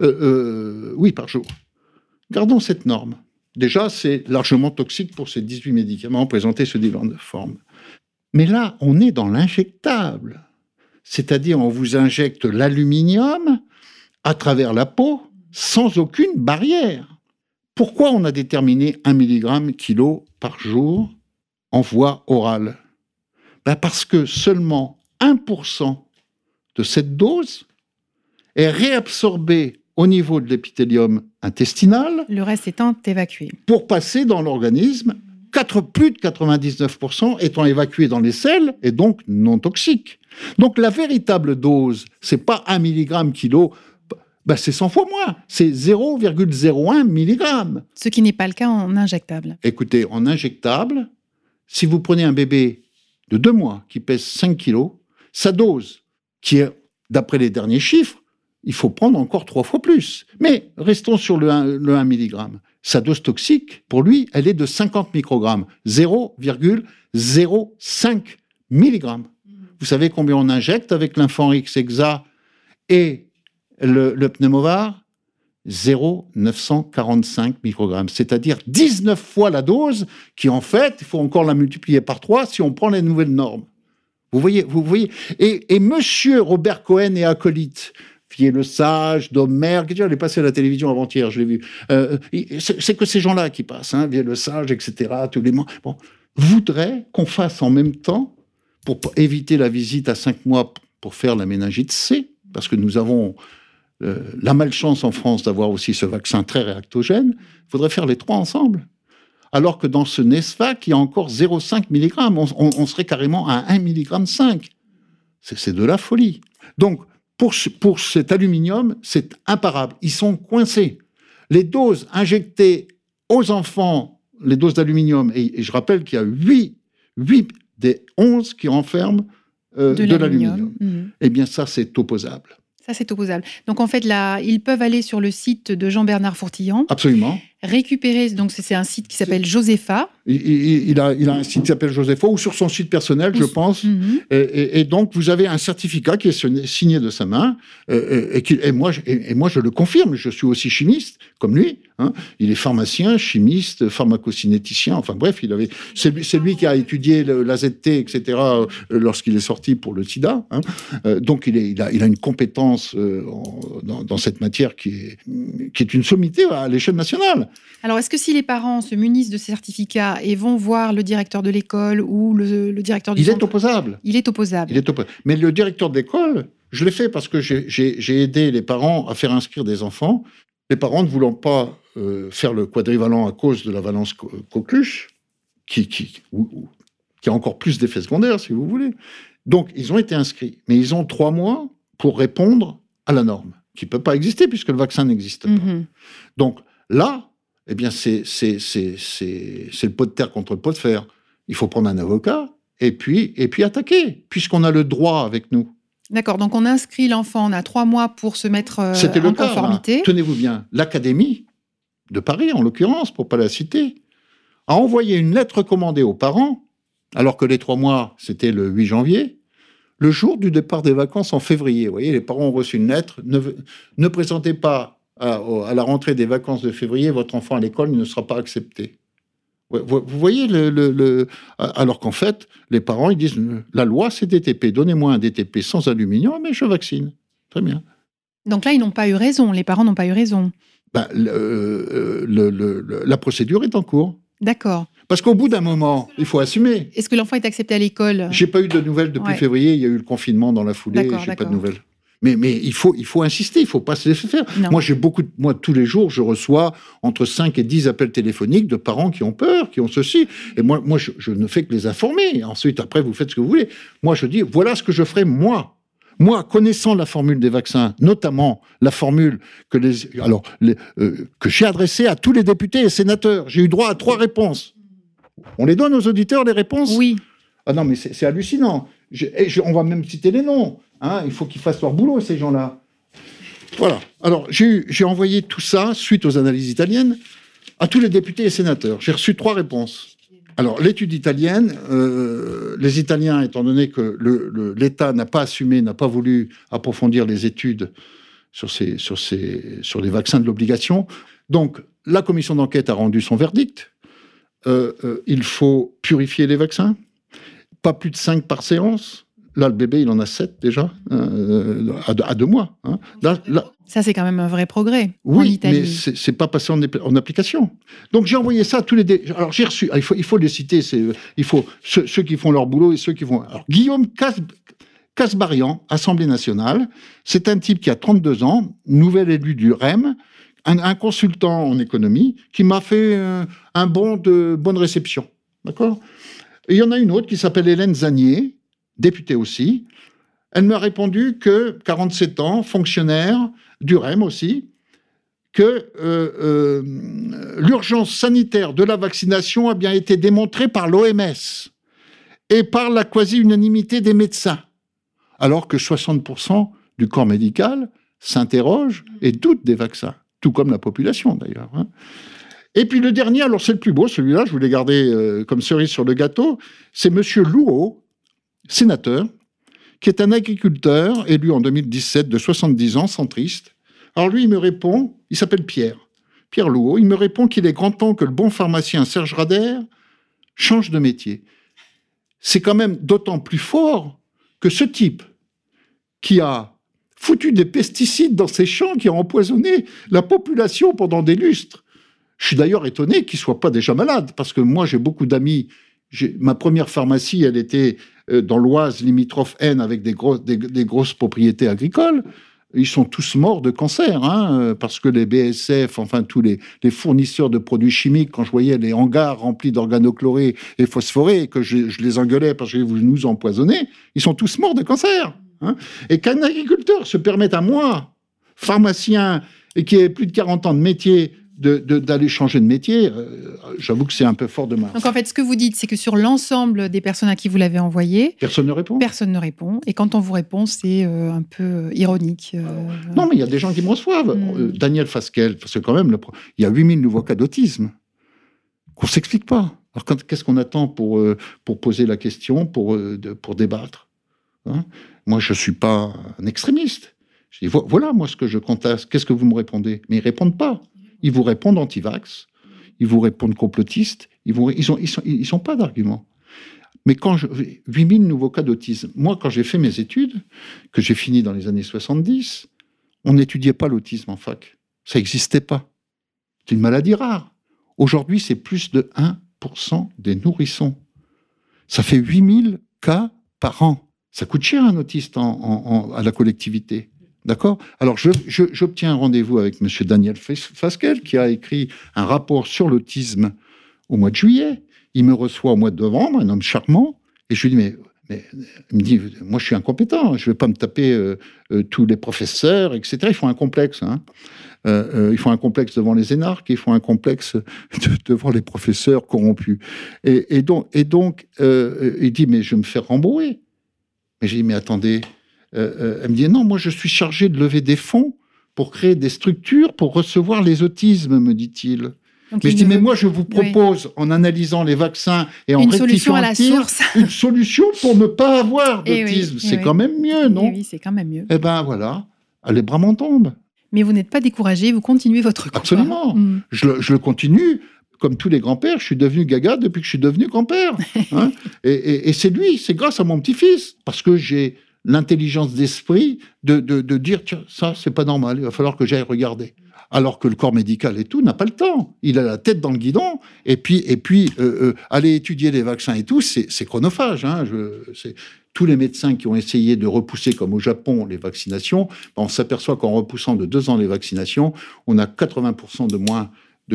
Oui, par jour. Gardons cette norme. Déjà, c'est largement toxique pour ces 18 médicaments présentés sous différentes formes. Mais là, on est dans l'injectable. C'est-à-dire, on vous injecte l'aluminium à travers la peau sans aucune barrière. Pourquoi on a déterminé 1 mg kilo par jour en voie orale ? Parce que seulement 1% de cette dose est réabsorbée au niveau de l'épithélium intestinal. Le reste étant évacué. Pour passer dans l'organisme, plus de 99% étant évacués dans les selles et donc non toxiques. Donc la véritable dose, c'est pas 1 mg kilo, c'est 100 fois moins, c'est 0,01 mg. Ce qui n'est pas le cas en injectable. Écoutez, en injectable, si vous prenez un bébé de 2 mois qui pèse 5 kilos, sa dose, qui est, d'après les derniers chiffres, il faut prendre encore 3 fois plus. Mais restons sur le 1 mg. Sa dose toxique, pour lui, elle est de 50 microgrammes. 0,05 mg. Vous savez combien on injecte avec l'Infanrix Hexa et le Pneumovar ? 0,945 microgrammes. C'est-à-dire 19 fois la dose qui, en fait, il faut encore la multiplier par 3 si on prend les nouvelles normes. Vous voyez. Et monsieur Robert Cohen et acolytes, Vielle-Sage, Dommergue, elle est passée à la télévision avant-hier, je l'ai vu. C'est que ces gens-là qui passent, hein, Vielle-Sage, etc., tous les mois. Bon, voudraient qu'on fasse en même temps, pour éviter la visite à 5 mois pour faire la méningite C, parce que nous avons la malchance en France d'avoir aussi ce vaccin très réactogène, il faudrait faire les 3 ensemble. Alors que dans ce Nesvac, il y a encore 0,5 mg. On serait carrément à 1,5 mg. C'est de la folie. Donc, pour cet aluminium, c'est imparable. Ils sont coincés. Les doses injectées aux enfants, les doses d'aluminium, et je rappelle qu'il y a 8 des 11 qui renferment de l'aluminium. Eh bien, ça, c'est opposable. Ça, c'est opposable. Donc, en fait, là, ils peuvent aller sur le site de Jean-Bernard Fourtillan. Absolument. Récupérer, donc c'est un site qui s'appelle Josepha. Il a un site qui s'appelle Josepha, ou sur son site personnel, je pense. Et donc, vous avez un certificat qui est signé de sa main. Et moi, je le confirme, je suis aussi chimiste, comme lui. Hein. Il est pharmacien, chimiste, pharmacocinéticien. Enfin bref, c'est lui qui a étudié l'AZT, etc., lorsqu'il est sorti pour le sida. Hein. Donc, il a une compétence dans cette matière qui est une sommité à l'échelle nationale. Alors, est-ce que si les parents se munissent de ces certificats et vont voir le directeur de l'école ou le directeur du centre... Il est opposable. Il est opposable. Mais le directeur d'école, je l'ai fait parce que j'ai aidé les parents à faire inscrire des enfants. Les parents ne voulant pas faire le quadrivalent à cause de la valence coqueluche, qui a encore plus d'effets secondaires, si vous voulez. Donc, ils ont été inscrits. Mais ils ont 3 mois pour répondre à la norme, qui ne peut pas exister puisque le vaccin n'existe pas. Donc, là, eh bien, c'est le pot de terre contre le pot de fer. Il faut prendre un avocat et puis attaquer, puisqu'on a le droit avec nous. D'accord, donc on inscrit l'enfant, on a 3 mois pour se mettre en conformité. Là. Tenez-vous bien, l'Académie de Paris, en l'occurrence, pour ne pas la citer, a envoyé une lettre recommandée aux parents, alors que les 3 mois, c'était le 8 janvier, le jour du départ des vacances en février. Vous voyez, les parents ont reçu une lettre, ne présentez pas à la rentrée des vacances de février votre enfant à l'école, il ne sera pas accepté. Vous voyez, alors qu'en fait, les parents, ils disent, la loi, c'est DTP, donnez-moi un DTP sans aluminium, mais je vaccine. Très bien. Donc là, ils n'ont pas eu raison, les parents n'ont pas eu raison. La procédure est en cours. D'accord. Parce qu'au bout d'un moment, il faut assumer. Est-ce que l'enfant est accepté à l'école ? J'ai pas eu de nouvelles depuis février, il y a eu le confinement dans la foulée, j'ai pas de nouvelles. Mais il faut insister, il faut pas se laisser faire. Non. Moi, tous les jours, je reçois entre 5 et 10 appels téléphoniques de parents qui ont peur, qui ont ceci. Et moi je ne fais que les informer. Ensuite, après, vous faites ce que vous voulez. Moi, je dis, voilà ce que je ferai, moi. Moi, connaissant la formule des vaccins, notamment la formule que j'ai adressée à tous les députés et sénateurs, j'ai eu droit à 3 réponses. On les donne aux auditeurs, les réponses ? Oui. Ah non, mais c'est hallucinant. On va même citer les noms. Hein, il faut qu'ils fassent leur boulot, ces gens-là. Voilà. Alors, j'ai envoyé tout ça, suite aux analyses italiennes, à tous les députés et sénateurs. J'ai reçu 3 réponses. Alors, l'étude italienne, les Italiens, étant donné que l'État n'a pas assumé, n'a pas voulu approfondir les études sur les vaccins de l'obligation, donc la commission d'enquête a rendu son verdict. Il faut purifier les vaccins, pas plus de 5 par séance. Là, le bébé, il en a 7 déjà, à 2 mois. Hein. Là, ça, c'est quand même un vrai progrès. Oui, en Italie. Mais c'est pas passé en application. Donc, j'ai envoyé ça à tous les... Alors, j'ai reçu... Il faut les citer. Il faut ceux qui font leur boulot et ceux qui font... Alors, Guillaume Kasbarian, Assemblée nationale, c'est un type qui a 32 ans, nouvel élu du REM, un consultant en économie, qui m'a fait un bon de bonne réception. D'accord ? Et il y en a une autre qui s'appelle Hélène Zanier, députée aussi. Elle m'a répondu que 47 ans, fonctionnaire du REM aussi, que l'urgence sanitaire de la vaccination a bien été démontrée par l'OMS et par la quasi-unanimité des médecins, alors que 60% du corps médical s'interroge et doute des vaccins, tout comme la population d'ailleurs. Hein. Et puis le dernier, alors c'est le plus beau, celui-là, je voulais garder comme cerise sur le gâteau, c'est Monsieur Louot, sénateur, qui est un agriculteur élu en 2017 de 70 ans, centriste. Alors lui, il me répond, il s'appelle Pierre Louot, il me répond qu'il est grand temps que le bon pharmacien Serge Rader change de métier. C'est quand même d'autant plus fort que ce type qui a foutu des pesticides dans ses champs, qui a empoisonné la population pendant des lustres. Je suis d'ailleurs étonné qu'il ne soit pas déjà malade, parce que moi, j'ai beaucoup d'amis. Ma première pharmacie, elle était dans l'Oise, limitrophe Aisne, avec des grosses propriétés agricoles. Ils sont tous morts de cancer, hein, parce que les BSF, enfin tous les fournisseurs de produits chimiques, quand je voyais les hangars remplis d'organochlorés et phosphorés, et que je les engueulais parce que vous nous empoisonnez, ils sont tous morts de cancer. Hein. Et qu'un agriculteur se permette à moi, pharmacien, et qui ait plus de 40 ans de métier, d'aller changer de métier, j'avoue que c'est un peu fort de marge. Donc en fait, ce que vous dites, c'est que sur l'ensemble des personnes à qui vous l'avez envoyé... Personne ne répond. Personne ne répond. Et quand on vous répond, c'est un peu ironique. Non, mais il y a des gens qui me reçoivent. Daniel Fasquelle, parce que quand même, il y a 8000 nouveaux cas d'autisme qu'on ne s'explique pas. Alors qu'est-ce qu'on attend pour poser la question, pour débattre, hein? Moi, je ne suis pas un extrémiste. Je dis, voilà, moi, ce que je conteste. Qu'est-ce que vous me répondez? Mais ils ne répondent pas. Ils vous répondent anti-vax, ils vous répondent complotistes, ils sont pas d'arguments. Mais 8000 nouveaux cas d'autisme. Moi, quand j'ai fait mes études, que j'ai fini dans les années 70, on n'étudiait pas l'autisme en fac. Ça n'existait pas. C'est une maladie rare. Aujourd'hui, c'est plus de 1% des nourrissons. Ça fait 8000 cas par an. Ça coûte cher un autiste à la collectivité. D'accord ? Alors, j'obtiens un rendez-vous avec M. Daniel Fasquelle, qui a écrit un rapport sur l'autisme au mois de juillet. Il me reçoit au mois de novembre, un homme charmant, et je lui dis, mais il me dit, moi, je suis incompétent, je ne vais pas me taper tous les professeurs, etc. Ils font un complexe, hein. Ils font un complexe devant les énarques, ils font un complexe devant les professeurs corrompus. Et donc, il dit, mais je vais me faire rembourrer. Mais j'ai dit, mais attendez... elle me dit, non, moi je suis chargé de lever des fonds pour créer des structures pour recevoir les autismes, me dit-il. Donc, mais je dis, mais moi je vous propose, en analysant les vaccins et en rectifiant le tir, une solution pour ne pas avoir d'autisme. C'est quand même mieux, non ? Oui, c'est quand même mieux. Eh ben voilà, les bras m'en tombent. Mais vous n'êtes pas découragé, vous continuez votre combat. Absolument, je le continue. Comme tous les grands-pères, je suis devenu gaga depuis que je suis devenu grand-père. Hein. Et c'est lui, c'est grâce à mon petit-fils, parce que j'ai l'intelligence d'esprit de dire, tiens, ça, c'est pas normal, il va falloir que j'aille regarder. Alors que le corps médical et tout n'a pas le temps. Il a la tête dans le guidon, et puis aller étudier les vaccins et tout, c'est chronophage. Hein. Tous les médecins qui ont essayé de repousser, comme au Japon, les vaccinations, on s'aperçoit qu'en repoussant de 2 ans les vaccinations, on a 80% de moins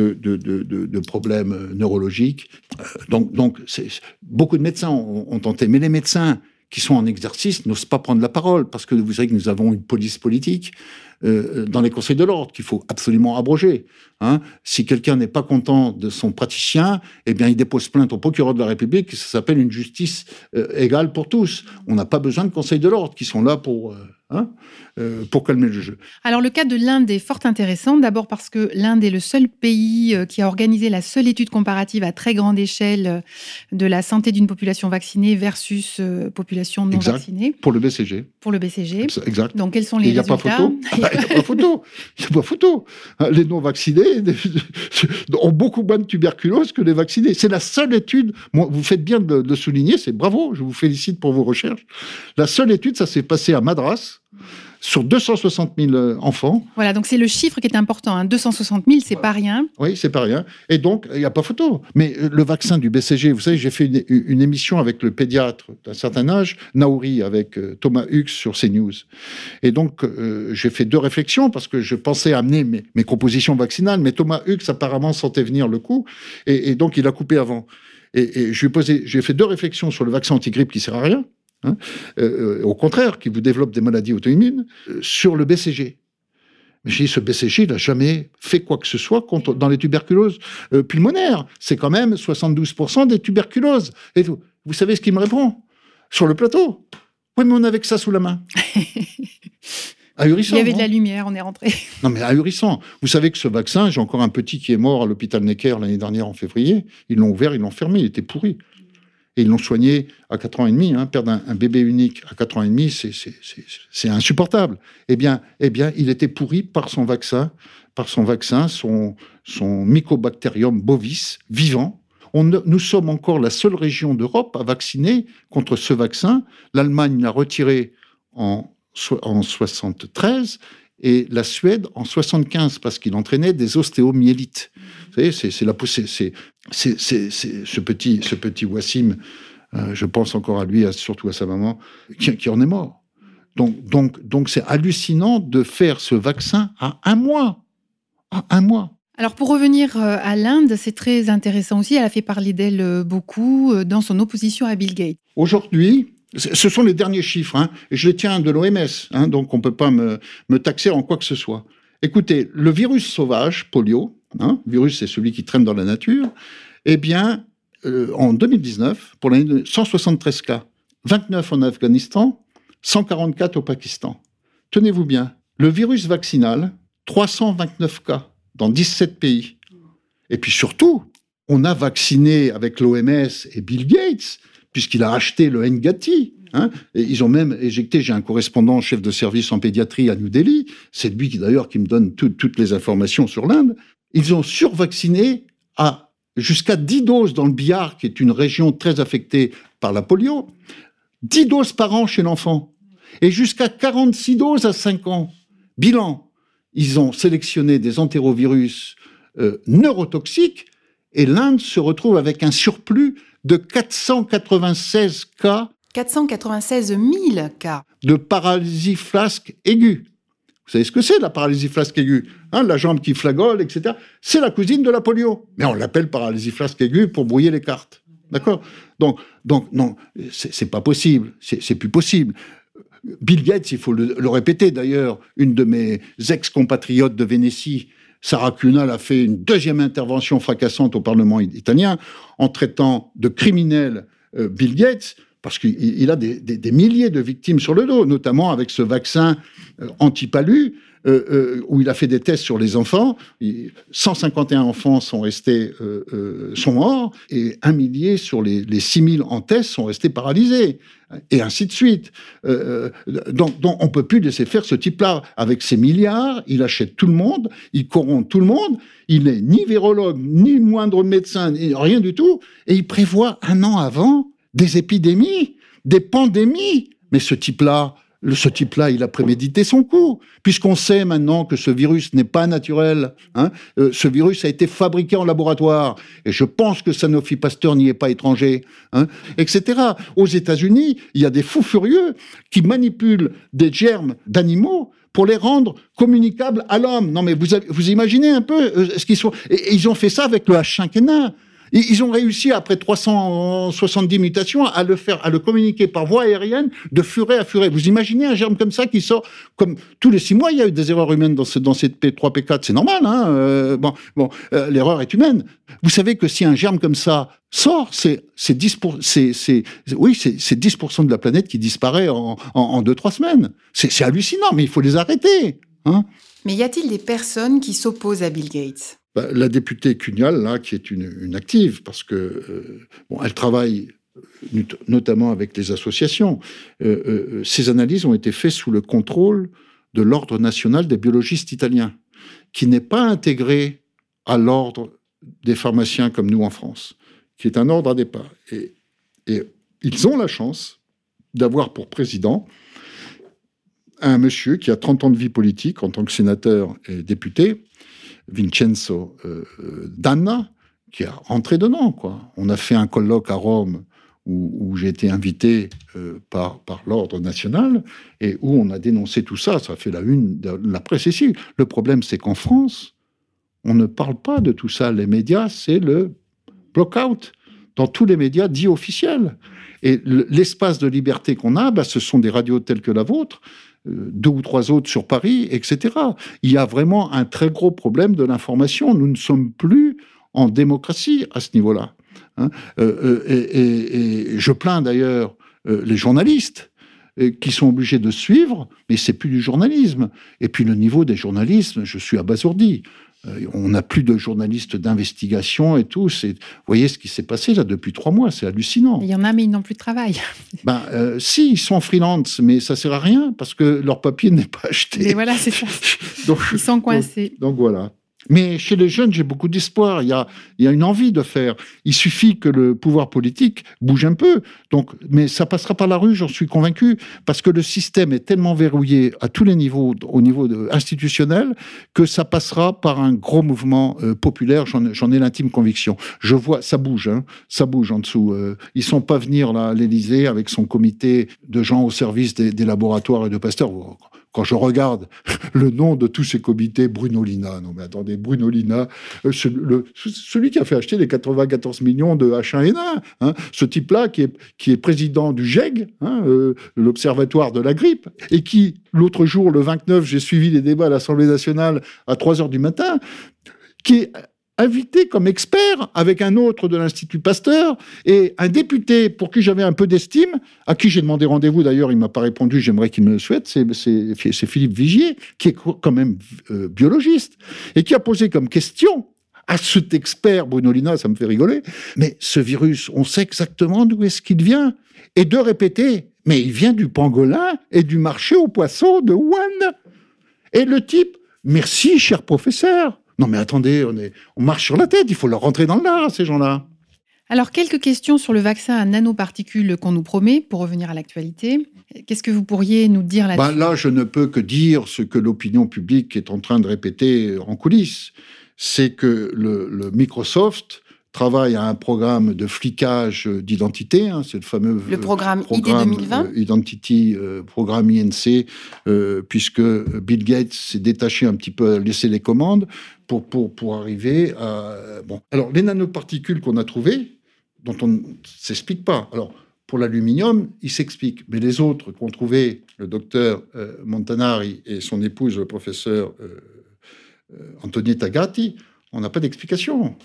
de problèmes neurologiques. Donc beaucoup de médecins ont tenté. Mais les médecins qui sont en exercice n'osent pas prendre la parole, parce que vous savez que nous avons une police politique dans les conseils de l'ordre qu'il faut absolument abroger. Hein. Si quelqu'un n'est pas content de son praticien, eh bien, il dépose plainte au procureur de la République, ça s'appelle une justice égale pour tous. On n'a pas besoin de conseils de l'ordre qui sont là pour calmer le jeu. Alors, le cas de l'Inde est fort intéressant, d'abord parce que l'Inde est le seul pays qui a organisé la seule étude comparative à très grande échelle de la santé d'une population vaccinée versus population non vaccinée. Pour le BCG. Pour le BCG. Exact. Donc, quels sont les résultats ? Il n'y a pas photo. Il n'y a pas photo. Les non-vaccinés ont beaucoup moins de tuberculose que les vaccinés. C'est la seule étude, vous faites bien de le souligner, c'est bravo, je vous félicite pour vos recherches. La seule étude, ça s'est passé à Madras, sur 260 000 enfants. Voilà, donc c'est le chiffre qui est important. 260 000, c'est pas rien. Oui, c'est pas rien. Et donc, il n'y a pas photo. Mais le vaccin du BCG, vous savez, j'ai fait une émission avec le pédiatre d'un certain âge, Naouri, avec Thomas Hux sur CNews. Et donc, j'ai fait 2 réflexions, parce que je pensais amener mes compositions vaccinales, mais Thomas Hux, apparemment, sentait venir le coup. Et donc, il a coupé avant. Et j'ai fait 2 réflexions sur le vaccin anti-grippe qui ne sert à rien. Hein, au contraire, qui vous développe des maladies auto-immunes, sur le BCG. J'ai dit, ce BCG, il n'a jamais fait quoi que ce soit dans les tuberculoses pulmonaires. C'est quand même 72% des tuberculoses. Et vous savez ce qu'il me répond ? Sur le plateau. Oui, mais on avait que ça sous la main. Ahurissant. Il y avait de la lumière, on est rentré. Non, mais ahurissant. Vous savez que ce vaccin, j'ai encore un petit qui est mort à l'hôpital Necker l'année dernière en février. Ils l'ont ouvert, ils l'ont fermé, il était pourri. Et ils l'ont soigné à 4 ans et demi. Hein. Perdre un bébé unique à 4 ans et demi, c'est insupportable. Eh bien, il était pourri par son vaccin, son Mycobacterium bovis vivant. Nous sommes encore la seule région d'Europe à vacciner contre ce vaccin. L'Allemagne l'a retiré en 73 et la Suède en 75 parce qu'il entraînait des ostéomyélites. Vous savez, c'est ce petit Wassim, je pense encore à lui, surtout à sa maman, qui en est mort. Donc c'est hallucinant de faire ce vaccin à 1 mois. À 1 mois. Alors pour revenir à l'Inde, c'est très intéressant aussi. Elle a fait parler d'elle beaucoup dans son opposition à Bill Gates. Aujourd'hui, ce sont les derniers chiffres, hein, et je les tiens de l'OMS, hein, donc on ne peut pas me taxer en quoi que ce soit. Écoutez, le virus sauvage, polio, hein, virus c'est celui qui traîne dans la nature, eh bien, en 2019, pour l'année 173 cas, 29 en Afghanistan, 144 au Pakistan. Tenez-vous bien, le virus vaccinal, 329 cas dans 17 pays. Et puis surtout, on a vacciné avec l'OMS et Bill Gates, puisqu'il a acheté le Ngati. Hein, et ils ont même éjecté, j'ai un correspondant chef de service en pédiatrie à New Delhi, c'est lui qui d'ailleurs qui me donne toutes les informations sur l'Inde. Ils ont survacciné à jusqu'à 10 doses dans le Bihar, qui est une région très affectée par la polio, 10 doses par an chez l'enfant, et jusqu'à 46 doses à 5 ans. Bilan, ils ont sélectionné des entérovirus neurotoxiques, et l'Inde se retrouve avec un surplus de 496 cas. 496 000 cas. De paralysie flasque aiguë. Vous savez ce que c'est, la paralysie flasque aiguë, la jambe qui flagole, etc. C'est la cousine de la polio. Mais on l'appelle paralysie flasque aiguë pour brouiller les cartes. D'accord ? Donc, non, c'est pas possible. C'est plus possible. Bill Gates, il faut le répéter d'ailleurs, une de mes ex-compatriotes de Vénétie, Sarah Cunal, a fait une deuxième intervention fracassante au Parlement italien en traitant de criminel Bill Gates, parce qu'il a des milliers de victimes sur le dos, notamment avec ce vaccin anti-palu, où il a fait des tests sur les enfants. 151 enfants sont morts, et 1 millier sur les 6000 en test sont restés paralysés, et ainsi de suite. Donc on ne peut plus laisser faire ce type-là. Avec ses milliards, il achète tout le monde, il corrompt tout le monde, il n'est ni virologue, ni moindre médecin, ni rien du tout, et il prévoit 1 an avant des épidémies, des pandémies. Mais ce type-là, il a prémédité son coup, puisqu'on sait maintenant que ce virus n'est pas naturel. Ce virus a été fabriqué en laboratoire, et je pense que Sanofi Pasteur n'y est pas étranger, etc. Aux États-Unis, il y a des fous furieux qui manipulent des germes d'animaux pour les rendre communicables à l'homme. Non, mais vous imaginez un peu ce qu'ils sont. Et ils ont fait ça avec le H5N1. Ils ont réussi, après 370 mutations, à le communiquer par voie aérienne de furet à furet. Vous imaginez un germe comme ça qui sort comme tous les 6 mois, il y a eu des erreurs humaines dans ces P3, P4, c'est normal, l'erreur est humaine. Vous savez que si un germe comme ça sort, c'est 10% de la planète qui disparaît en 2-3 semaines. C'est hallucinant, mais il faut les arrêter. Mais y a-t-il des personnes qui s'opposent à Bill Gates ? La députée Cunal, là, qui est une active, parce que elle travaille notamment avec les associations. Ces analyses ont été faites sous le contrôle de l'Ordre national des biologistes italiens, qui n'est pas intégré à l'Ordre des pharmaciens comme nous en France, qui est un ordre à départ. Et ils ont la chance d'avoir pour président un monsieur qui a 30 ans de vie politique en tant que sénateur et député, Vincenzo Danna, qui est rentré dedans, quoi. On a fait un colloque à Rome où j'ai été invité par l'Ordre national et où on a dénoncé tout ça. Ça a fait la une de la presse ici. Le problème, c'est qu'en France, on ne parle pas de tout ça. Les médias, c'est le block-out dans tous les médias dits officiels. Et l'espace de liberté qu'on a, ce sont des radios telles que la vôtre, 2 ou 3 autres sur Paris, etc. Il y a vraiment un très gros problème de l'information. Nous ne sommes plus en démocratie à ce niveau-là. Et je plains d'ailleurs les journalistes qui sont obligés de suivre, mais c'est plus du journalisme. Et puis le niveau des journalistes, je suis abasourdi. On n'a plus de journalistes d'investigation et tout. Vous voyez ce qui s'est passé là depuis 3 mois, c'est hallucinant. Il y en a, mais ils n'ont plus de travail. Si, ils sont freelance, mais ça sert à rien parce que leur papier n'est pas acheté. Et voilà, c'est ça. Donc, ils sont coincés. Donc voilà. Mais chez les jeunes, j'ai beaucoup d'espoir. Il y a une envie de faire. Il suffit que le pouvoir politique bouge un peu. Mais ça passera par la rue, j'en suis convaincu, parce que le système est tellement verrouillé à tous les niveaux, au niveau institutionnel, que ça passera par un gros mouvement populaire. J'en ai l'intime conviction. Je vois, ça bouge en dessous. Ils sont pas venir là à l'Élysée avec son comité de gens au service des laboratoires et de Pasteur. Quand je regarde le nom de tous ces comités, Bruno Lina, non mais attendez, Bruno Lina, celui qui a fait acheter les 94 millions de H1N1, ce type-là qui est président du GEG, l'Observatoire de la grippe, et qui, l'autre jour, le 29, j'ai suivi les débats à l'Assemblée nationale à 3h du matin, qui est invité comme expert avec un autre de l'Institut Pasteur et un député pour qui j'avais un peu d'estime, à qui j'ai demandé rendez-vous, d'ailleurs il ne m'a pas répondu, j'aimerais qu'il me le souhaite, c'est Philippe Vigier, qui est quand même biologiste, et qui a posé comme question à cet expert, Bruno Lina, ça me fait rigoler, mais ce virus, on sait exactement d'où est-ce qu'il vient, et de répéter, mais il vient du pangolin et du marché aux poissons de Wuhan. Et le type, merci cher professeur. Non mais attendez, on marche sur la tête, il faut leur rentrer dans le lard, ces gens-là. Alors, quelques questions sur le vaccin à nanoparticules qu'on nous promet, pour revenir à l'actualité. Qu'est-ce que vous pourriez nous dire là-dessus ? Là, je ne peux que dire ce que l'opinion publique est en train de répéter en coulisses. C'est que le Microsoft travaille à un programme de flicage d'identité. C'est le fameux programme ID 2020. Identity Programme INC, puisque Bill Gates s'est détaché un petit peu, laissé les commandes pour arriver à... Bon. Alors, les nanoparticules qu'on a trouvées, dont on ne s'explique pas. Alors, pour l'aluminium, il s'explique. Mais les autres qu'ont trouvé le docteur Montanari et son épouse, le professeur Antonietta Gatti, on n'a pas d'explication.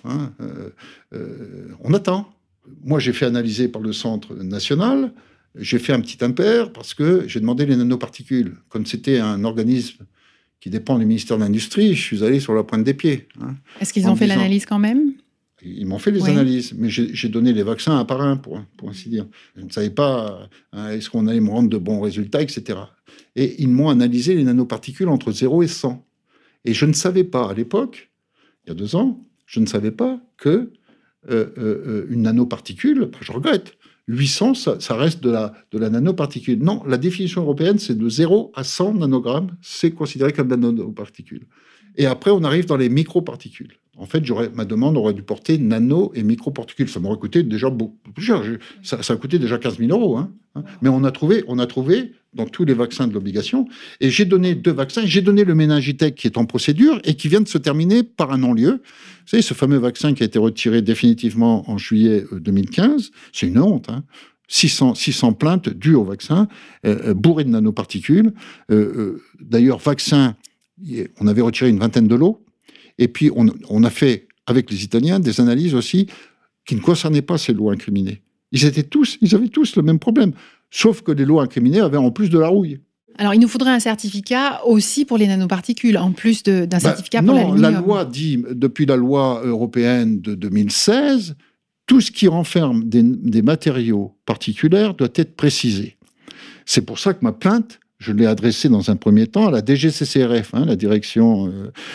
On attend. Moi, j'ai fait analyser par le Centre national. J'ai fait un petit impair parce que j'ai demandé les nanoparticules. Comme c'était un organisme qui dépend du ministère de l'Industrie, je suis allé sur la pointe des pieds. Est-ce qu'ils ont fait l'analyse quand même ? Ils m'ont fait les analyses, mais j'ai donné les vaccins un par un, pour ainsi dire. Je ne savais pas est-ce qu'on allait me rendre de bons résultats, etc. Et ils m'ont analysé les nanoparticules entre 0 et 100. Et je ne savais pas, à l'époque, il y a 2 ans, je ne savais pas que une nanoparticule, je regrette, 800, ça reste de la nanoparticule. Non, la définition européenne, c'est de 0 à 100 nanogrammes, c'est considéré comme de la nanoparticule. Et après, on arrive dans les microparticules. En fait, ma demande aurait dû porter nano et microparticules. Ça m'aurait coûté déjà beaucoup plus cher. Ça a coûté déjà 15 000 €. Mais on a trouvé dans tous les vaccins de l'obligation. Et j'ai donné 2 vaccins. J'ai donné le Méningitech qui est en procédure et qui vient de se terminer par un non-lieu. Vous savez, ce fameux vaccin qui a été retiré définitivement en juillet 2015, c'est une honte. 600 plaintes dues au vaccin, bourrées de nanoparticules. D'ailleurs, vaccin, on avait retiré une vingtaine de lots. Et puis, on a fait, avec les Italiens, des analyses aussi qui ne concernaient pas ces lots incriminés. Ils avaient tous le même problème. Sauf que les lots incriminés avaient en plus de la rouille. Alors, il nous faudrait un certificat aussi pour les nanoparticules, en plus d'un certificat pour l'aluminium. Non, la loi dit, depuis la loi européenne de 2016, tout ce qui renferme des matériaux particuliers doit être précisé. C'est pour ça que ma plainte, je l'ai adressée dans un premier temps à la DGCCRF, la Direction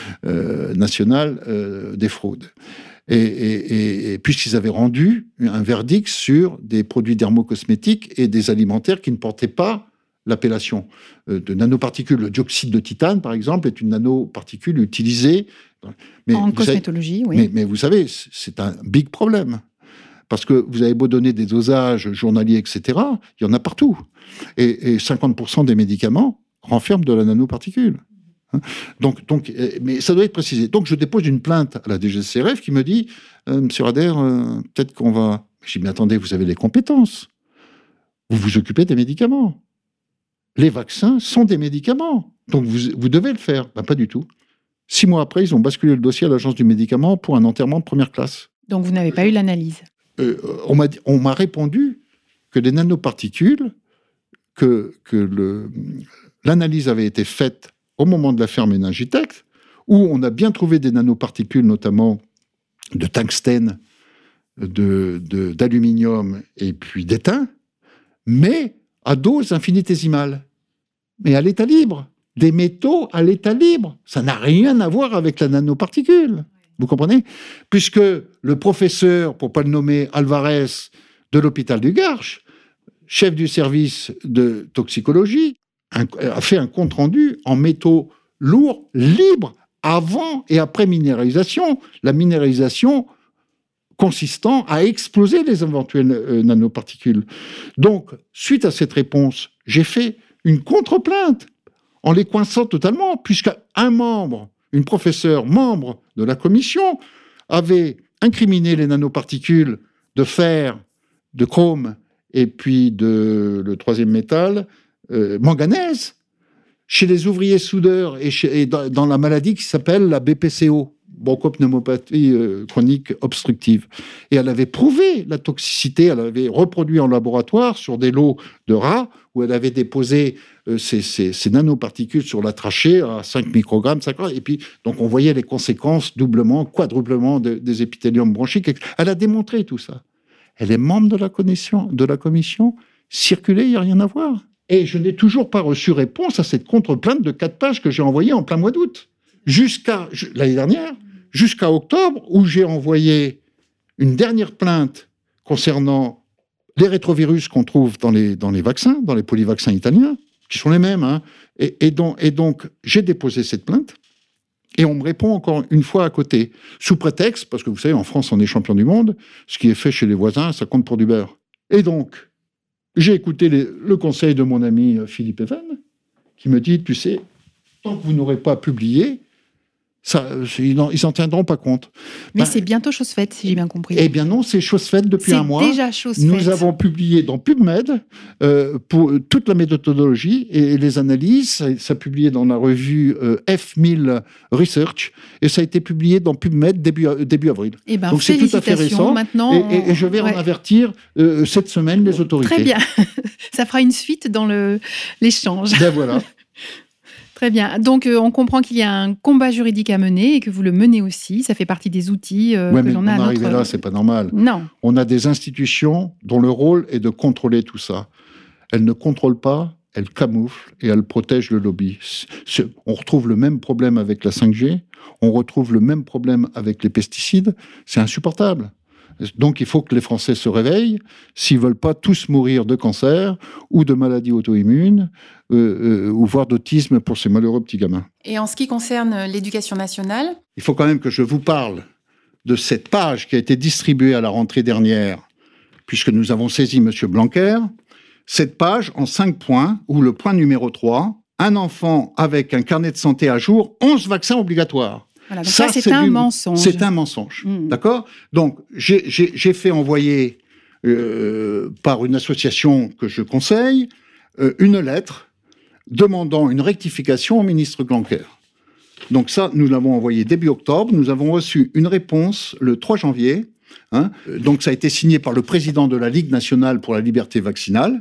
nationale des fraudes. Et puisqu'ils avaient rendu un verdict sur des produits dermocosmétiques et des alimentaires qui ne portaient pas l'appellation de nanoparticules. Le dioxyde de titane, par exemple, est une nanoparticule utilisée... en cosmétologie, oui. Mais vous savez, c'est un big problème. Parce que vous avez beau donner des dosages journaliers, etc., il y en a partout. Et 50% des médicaments renferment de la nanoparticule. Donc, mais ça doit être précisé. Donc, je dépose une plainte à la DGCRF qui me dit « Monsieur Ader, peut-être qu'on va... » Je dis « Mais attendez, vous avez les compétences. Vous vous occupez des médicaments. Les vaccins sont des médicaments. Donc, vous devez le faire. » Ben, pas du tout. 6 mois après, ils ont basculé le dossier à l'Agence du médicament pour un enterrement de première classe. Donc, vous n'avez pas eu l'analyse. On m'a répondu que les nanoparticules, que l'analyse avait été faite au moment de l'affaire Méningitech, où on a bien trouvé des nanoparticules, notamment de tungstène, d'aluminium et puis d'étain, mais à dose infinitésimale, mais à l'état libre. Des métaux à l'état libre. Ça n'a rien à voir avec la nanoparticule. Vous comprenez ? Puisque le professeur, pour ne pas le nommer, Alvarez, de l'hôpital du Gard, chef du service de toxicologie, a fait un compte-rendu en métaux lourds, libres, avant et après minéralisation. La minéralisation consistant à exploser les éventuelles nanoparticules. Donc, suite à cette réponse, j'ai fait une contre-plainte en les coinçant totalement, puisqu'un membre, une professeure membre de la commission, avait incriminé les nanoparticules de fer, de chrome et puis le troisième métal, manganèse, chez les ouvriers soudeurs et dans la maladie qui s'appelle la BPCO, bronchopneumopathie chronique obstructive. Et elle avait prouvé la toxicité, elle avait reproduit en laboratoire sur des lots de rats où elle avait déposé ces nanoparticules sur la trachée à 5 microgrammes, 50, et puis donc on voyait les conséquences doublement, quadruplement des épithéliums bronchiques. Elle a démontré tout ça. Elle est membre de la commission. Circuler, il n'y a rien à voir. Et je n'ai toujours pas reçu réponse à cette contre-plainte de 4 pages que j'ai envoyée en plein mois d'août. L'année dernière, jusqu'à octobre, où j'ai envoyé une dernière plainte concernant les rétrovirus qu'on trouve dans les vaccins, dans les polyvaccins italiens, qui sont les mêmes. Et donc, j'ai déposé cette plainte. Et on me répond encore une fois à côté, sous prétexte, parce que vous savez, en France, on est champion du monde, ce qui est fait chez les voisins, ça compte pour du beurre. Et donc, j'ai écouté le conseil de mon ami Philippe Even, qui me dit, tu sais, tant que vous n'aurez pas publié, ça, ils n'en tiendront pas compte. Mais c'est bientôt chose faite, si j'ai bien compris. Eh bien non, c'est chose faite depuis un mois. C'est déjà chose faite. Nous avons publié dans PubMed pour toute la méthodologie et les analyses. Ça a publié dans la revue F1000 Research et ça a été publié dans PubMed début avril. Eh ben, donc c'est tout à fait récent. Maintenant, et je vais en avertir cette semaine les autorités. Très bien. Ça fera une suite dans l'échange. Ben voilà. Très bien. Donc, on comprend qu'il y a un combat juridique à mener et que vous le menez aussi. Ça fait partie des outils que l'on a à notre... arrivé là, c'est pas normal. Non. On a des institutions dont le rôle est de contrôler tout ça. Elles ne contrôlent pas, elles camouflent et elles protègent le lobby. On retrouve le même problème avec la 5G, on retrouve le même problème avec les pesticides. C'est insupportable. Donc, il faut que les Français se réveillent s'ils ne veulent pas tous mourir de cancer ou de maladies auto-immunes ou voire d'autisme pour ces malheureux petits gamins. Et en ce qui concerne l'éducation nationale ? Il faut quand même que je vous parle de cette page qui a été distribuée à la rentrée dernière, puisque nous avons saisi M. Blanquer. Cette page en 5 points, où le point numéro 3, un enfant avec un carnet de santé à jour, 11 vaccins obligatoires. Voilà, donc ça, c'est un mensonge. C'est un mensonge, d'accord ? Donc, j'ai fait envoyer par une association que je conseille une lettre demandant une rectification au ministre Blanquer. Donc ça, nous l'avons envoyé début octobre. Nous avons reçu une réponse le 3 janvier. Donc ça a été signé par le président de la Ligue nationale pour la liberté vaccinale,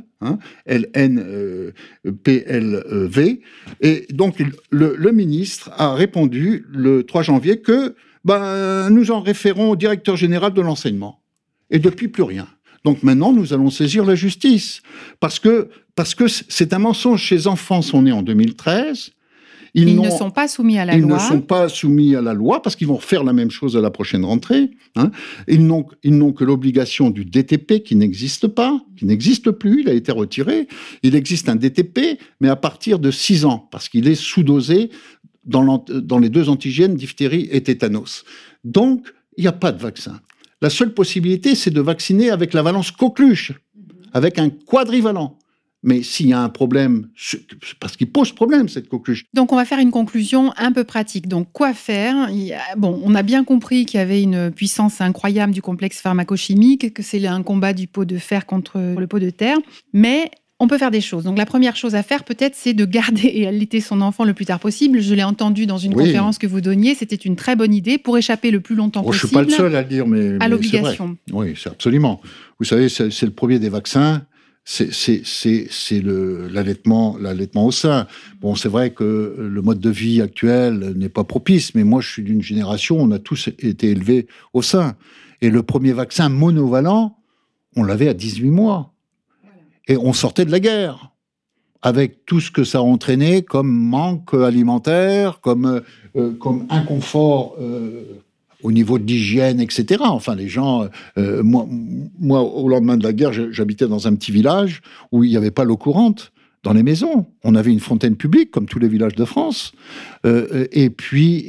LNPLV, et donc le ministre a répondu le 3 janvier que nous en référons au directeur général de l'enseignement. Et depuis, plus rien. Donc maintenant, nous allons saisir la justice, parce que c'est un mensonge. Ces enfants sont nés en 2013. Ils ne sont pas soumis à la loi. Ils ne sont pas soumis à la loi parce qu'ils vont refaire la même chose à la prochaine rentrée. Ils n'ont que l'obligation du DTP qui n'existe pas, qui n'existe plus, il a été retiré. Il existe un DTP, mais à partir de 6 ans, parce qu'il est sous-dosé dans les 2 antigènes, diphtérie et tétanos. Donc, il n'y a pas de vaccin. La seule possibilité, c'est de vacciner avec la valence coqueluche, avec un quadrivalent. Mais s'il y a un problème, parce qu'il pose problème, cette coqueluche. Donc, on va faire une conclusion un peu pratique. Donc, quoi faire ? On a bien compris qu'il y avait une puissance incroyable du complexe pharmacochimique, que c'est un combat du pot de fer contre le pot de terre. Mais on peut faire des choses. Donc, la première chose à faire, peut-être, c'est de garder et allaiter son enfant le plus tard possible. Je l'ai entendu dans une conférence que vous donniez. C'était une très bonne idée pour échapper le plus longtemps possible. Je ne suis pas le seul à le dire, mais l'obligation. C'est vrai. Oui, c'est absolument. Vous savez, c'est le premier des vaccins. C'est l'allaitement au sein. Bon, c'est vrai que le mode de vie actuel n'est pas propice, mais moi, je suis d'une génération, on a tous été élevés au sein. Et le premier vaccin monovalent, on l'avait à 18 mois. Et on sortait de la guerre, avec tout ce que ça entraînait comme manque alimentaire, comme inconfort au niveau de l'hygiène, etc. Enfin, les gens... moi, au lendemain de la guerre, j'habitais dans un petit village où il n'y avait pas l'eau courante dans les maisons. On avait une fontaine publique, comme tous les villages de France. Et puis,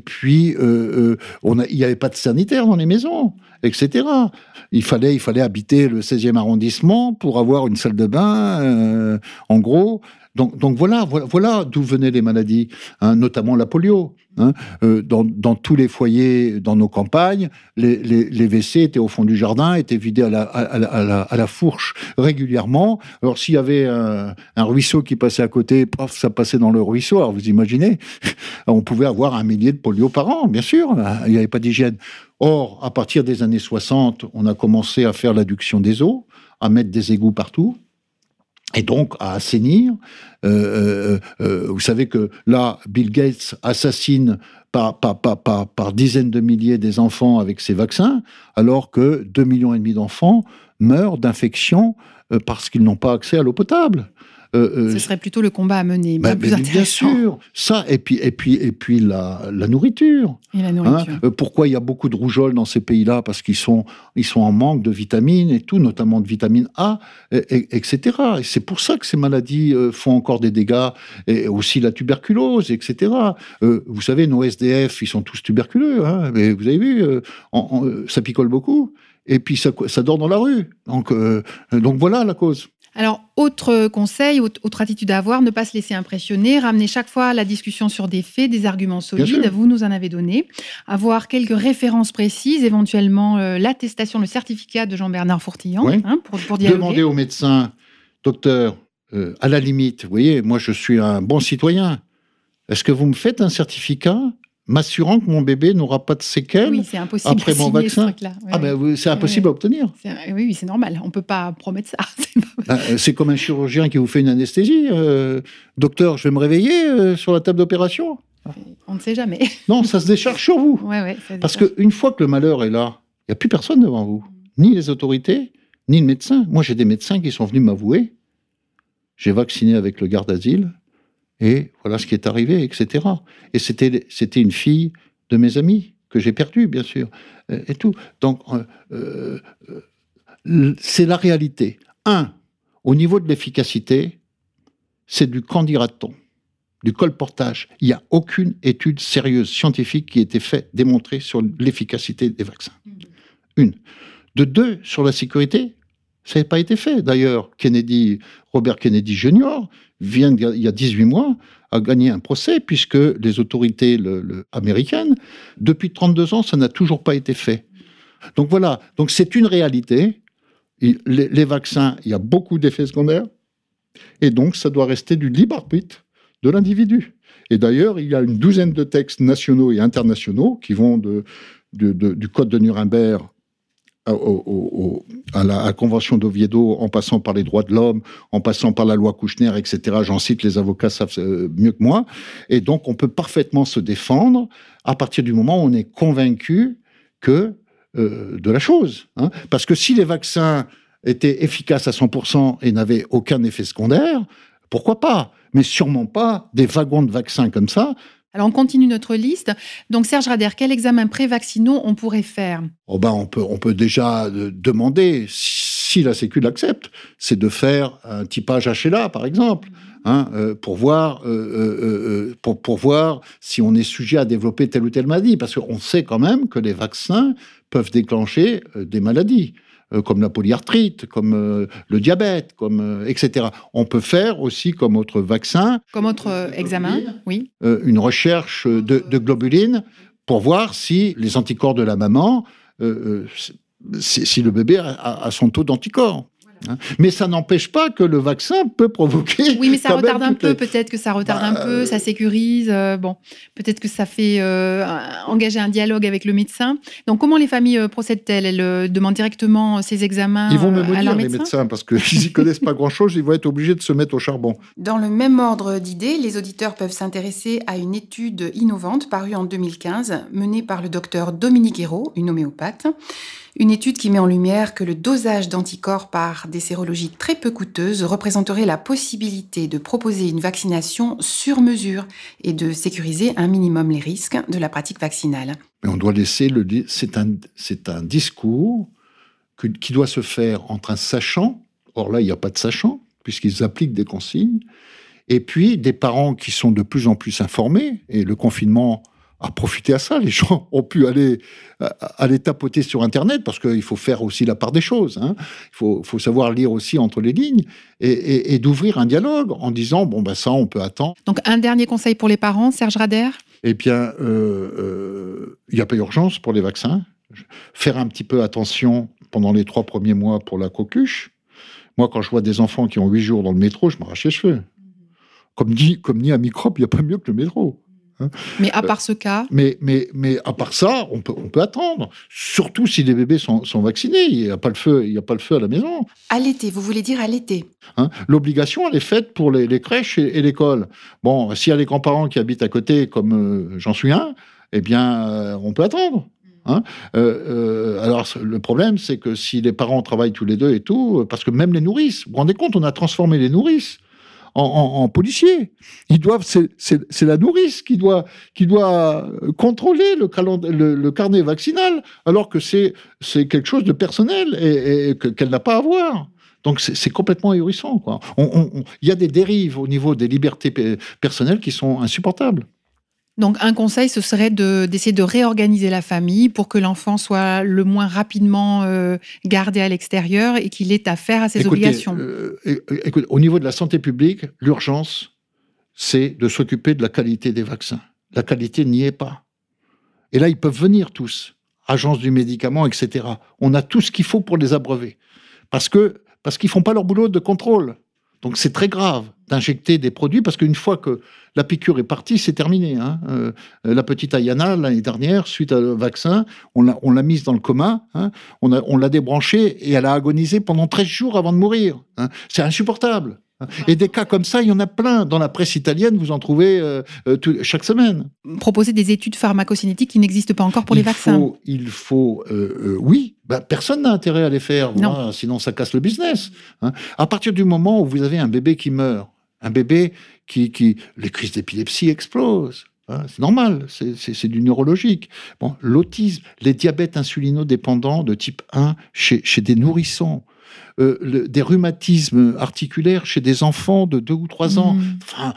il n'y avait pas de sanitaire dans les maisons, etc. Il fallait habiter le 16e arrondissement pour avoir une salle de bain, en gros. Donc voilà d'où venaient les maladies, notamment la polio. Dans tous les foyers, dans nos campagnes, les WC étaient au fond du jardin, étaient vidés à la fourche régulièrement. Alors s'il y avait un ruisseau qui passait à côté, paf, ça passait dans le ruisseau. Alors vous imaginez, on pouvait avoir 1 millier de polio par an, bien sûr. Il n'y avait pas d'hygiène. Or, à partir des années 60, on a commencé à faire l'adduction des eaux, à mettre des égouts partout. Et donc, à assainir. Vous savez que là, Bill Gates assassine par dizaines de milliers des enfants avec ses vaccins, alors que 2,5 millions d'enfants meurent d'infection parce qu'ils n'ont pas accès à l'eau potable. Ce serait plutôt le combat à mener, bien plus intéressant. Bien sûr, ça, et puis la nourriture. Et la nourriture. Pourquoi il y a beaucoup de rougeole dans ces pays-là? Parce qu'ils sont en manque de vitamines et tout, notamment de vitamine A, etc. Et c'est pour ça que ces maladies font encore des dégâts, et aussi la tuberculose, etc. Vous savez, nos SDF, ils sont tous tuberculeux, hein, mais vous avez vu, ça picole beaucoup, et puis ça dort dans la rue. Donc voilà la cause. Alors, autre conseil, autre attitude à avoir, ne pas se laisser impressionner, ramener chaque fois la discussion sur des faits, des arguments solides, vous nous en avez donné, avoir quelques références précises, éventuellement l'attestation, le certificat de Jean-Bernard Fourtillant, oui. Pour dialoguer. Demandez au médecin, docteur, à la limite, vous voyez, moi je suis un bon citoyen, est-ce que vous me faites un certificat m'assurant que mon bébé n'aura pas de séquelles après mon vaccin? C'est impossible à obtenir. Oui, c'est normal. On ne peut pas promettre ça. C'est comme un chirurgien qui vous fait une anesthésie. Docteur, je vais me réveiller sur la table d'opération. On ne sait jamais. Non, ça se décharge sur vous. Parce qu'une fois que le malheur est là, il n'y a plus personne devant vous. Ni les autorités, ni le médecin. Moi, j'ai des médecins qui sont venus m'avouer. J'ai vacciné avec le garde d'asile. Et voilà ce qui est arrivé, etc. Et c'était une fille de mes amis, que j'ai perdue, bien sûr, et tout. Donc, c'est la réalité. Au niveau de l'efficacité, c'est du qu'en dira-t-on, du colportage. Il n'y a aucune étude sérieuse, scientifique, qui a été faite, démontrée sur l'efficacité des vaccins. De deux, sur la sécurité, ça n'a pas été fait. D'ailleurs, Robert Kennedy Jr., il y a 18 mois, a gagné un procès, puisque les autorités américaines, depuis 32 ans, ça n'a toujours pas été fait. Donc voilà, donc c'est une réalité. Les vaccins, il y a beaucoup d'effets secondaires, et donc ça doit rester du libre arbitre de l'individu. Et d'ailleurs, il y a une douzaine de textes nationaux et internationaux qui vont du Code de Nuremberg à la Convention d'Oviedo, en passant par les droits de l'homme, en passant par la loi Kouchner, etc. J'en cite, les avocats savent mieux que moi. Et donc, on peut parfaitement se défendre à partir du moment où on est convaincu de la chose. Hein. Parce que si les vaccins étaient efficaces à 100% et n'avaient aucun effet secondaire, pourquoi pas? Mais sûrement pas des wagons de vaccins comme ça. Alors, on continue notre liste. Donc, Serge Rader, quel examen pré-vaccinaux on pourrait faire? On peut déjà demander, si la Sécu l'accepte, c'est de faire un typage HLA, par exemple, pour voir si on est sujet à développer telle ou telle maladie. Parce qu'on sait quand même que les vaccins peuvent déclencher des maladies, comme la polyarthrite, comme le diabète, etc. On peut faire aussi, comme autre vaccin... Comme autre examen, oui. Une recherche de globuline pour voir si les anticorps de la maman, si le bébé a son taux d'anticorps. Hein. Mais ça n'empêche pas que le vaccin peut provoquer... Oui, mais ça retarde un peu, peut-être que ça retarde un peu, ça sécurise, peut-être que ça fait engager un dialogue avec le médecin. Donc, comment les familles procèdent-elles? Elles demandent directement ces examens à leur médecin? Ils vont me dire, les médecins, parce qu'ils n'y connaissent pas grand-chose, ils vont être obligés de se mettre au charbon. Dans le même ordre d'idées, les auditeurs peuvent s'intéresser à une étude innovante parue en 2015, menée par le docteur Dominique Hérault, une homéopathe. Une étude qui met en lumière que le dosage d'anticorps par des sérologies très peu coûteuses représenterait la possibilité de proposer une vaccination sur mesure et de sécuriser un minimum les risques de la pratique vaccinale. Mais on doit laisser c'est un discours qui doit se faire entre un sachant, or là il n'y a pas de sachant, puisqu'ils appliquent des consignes, et puis des parents qui sont de plus en plus informés, et le confinement a profité à ça. Les gens ont pu aller tapoter sur Internet, parce qu'il faut faire aussi la part des choses. Hein. Il faut savoir lire aussi entre les lignes, et d'ouvrir un dialogue en disant, ça, on peut attendre. Donc, un dernier conseil pour les parents, Serge Rader? Eh bien, il n'y a pas urgence pour les vaccins. Faire un petit peu attention pendant les 3 premiers mois pour la coqueluche. Moi, quand je vois des enfants qui ont 8 jours dans le métro, je m'arrache les cheveux. Comme dit un microbe, il n'y a pas mieux que le métro. Mais à part ce cas... Mais à part ça, on peut attendre. Surtout si les bébés sont vaccinés. Il n'y a pas le feu à la maison. À l'été, vous voulez dire à l'été? L'obligation, elle est faite pour les crèches et l'école. Bon, s'il y a les grands-parents qui habitent à côté, comme j'en suis un, eh bien, on peut attendre. Alors, le problème, c'est que si les parents travaillent tous les deux et tout, parce que même les nourrices, vous vous rendez compte, on a transformé les nourrices en policier. C'est la nourrice qui doit contrôler le carnet vaccinal, alors que c'est quelque chose de personnel et qu'elle n'a pas à voir. Donc c'est complètement ahurissant, quoi. Il y a des dérives au niveau des libertés personnelles qui sont insupportables. Donc un conseil, ce serait d'essayer de réorganiser la famille pour que l'enfant soit le moins rapidement gardé à l'extérieur et qu'il ait affaire à ses obligations. Écoute, au niveau de la santé publique, l'urgence, c'est de s'occuper de la qualité des vaccins. La qualité n'y est pas. Et là, ils peuvent venir tous, agence du médicament, etc. On a tout ce qu'il faut pour les abreuver. Parce qu'ils ne font pas leur boulot de contrôle. Donc c'est très grave d'injecter des produits, parce qu'une fois que la piqûre est partie, c'est terminé. Hein. La petite Ayana, l'année dernière, suite à le vaccin, on l'a mise dans le coma, hein. On l'a débranchée et elle a agonisé pendant 13 jours avant de mourir. Hein. C'est insupportable. Et des cas comme ça, il y en a plein. Dans la presse italienne, vous en trouvez chaque semaine. Proposer des études pharmacocinétiques qui n'existent pas encore pour les vaccins. Oui, personne n'a intérêt à les faire, sinon ça casse le business. Hein. À partir du moment où vous avez un bébé qui meurt, un bébé qui les crises d'épilepsie explosent. Hein, c'est normal, c'est du neurologique. Bon, l'autisme, les diabètes insulinodépendants de type 1 chez des nourrissons. Des rhumatismes articulaires chez des enfants de 2 ou 3 ans. Enfin,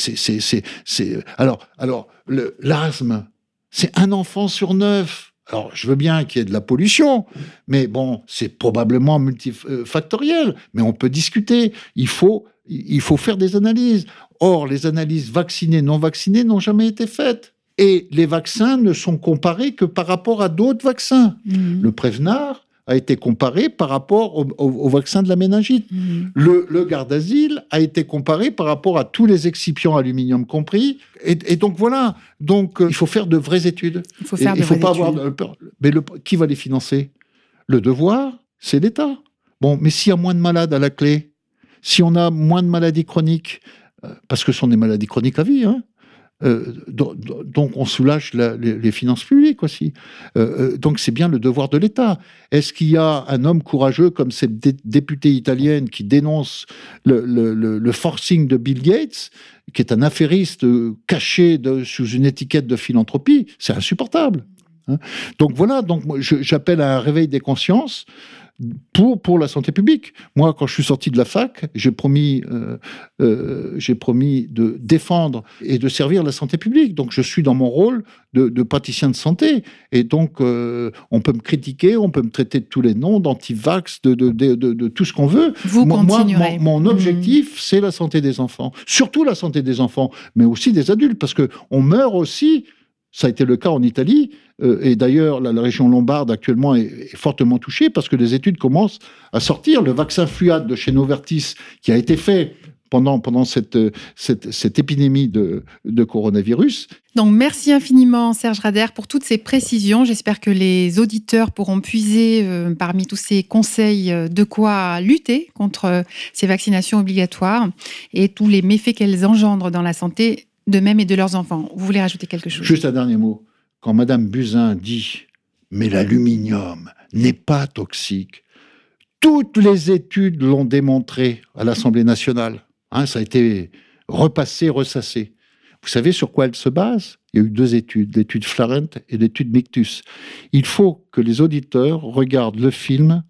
Alors, l'asthme, c'est 1 enfant sur 9. Alors, je veux bien qu'il y ait de la pollution, mais bon, c'est probablement multifactoriel. Mais on peut discuter. Il faut faire des analyses. Or, les analyses vaccinées, non vaccinées n'ont jamais été faites. Et les vaccins ne sont comparés que par rapport à d'autres vaccins. Le Prevnar a été comparé par rapport au vaccin de la méningite. Le Gardasil a été comparé par rapport à tous les excipients aluminium compris. Et donc voilà. Donc il faut faire de vraies études. Il faut pas avoir peur. Mais qui va les financer? Le devoir, c'est l'État. Bon, mais s'il y a moins de malades à la clé, si on a moins de maladies chroniques, parce que ce sont des maladies chroniques à vie, hein, donc on soulage les finances publiques aussi. Donc c'est bien le devoir de l'État. Est-ce qu'il y a un homme courageux comme cette députée italienne qui dénonce le forcing de Bill Gates, qui est un affairiste caché sous une étiquette de philanthropie? C'est insupportable. Hein. Donc voilà, j'appelle à un réveil des consciences pour la santé publique. Moi, quand je suis sorti de la fac, j'ai promis de défendre et de servir la santé publique. Donc, je suis dans mon rôle de praticien de santé. Et donc, on peut me critiquer, on peut me traiter de tous les noms, d'anti-vax, de tout ce qu'on veut. Vous continuerez. Mon objectif, c'est la santé des enfants. Surtout la santé des enfants, mais aussi des adultes, parce qu'on meurt aussi. Ça a été le cas en Italie, et d'ailleurs la région lombarde actuellement est fortement touchée parce que les études commencent à sortir. Le vaccin Fluad de chez Novartis, qui a été fait pendant cette épidémie de coronavirus. Donc merci infiniment Serge Rader pour toutes ces précisions. J'espère que les auditeurs pourront puiser parmi tous ces conseils de quoi lutter contre ces vaccinations obligatoires et tous les méfaits qu'elles engendrent dans la santé d'eux-mêmes et de leurs enfants. Vous voulez rajouter quelque chose? Juste un dernier mot. Quand Madame Buzyn dit « mais l'aluminium n'est pas toxique », toutes les études l'ont démontré à l'Assemblée nationale. Hein, ça a été repassé, ressassé. Vous savez sur quoi elle se base? Il y a eu 2 études, l'étude Flarent et l'étude Mictus. Il faut que les auditeurs regardent le film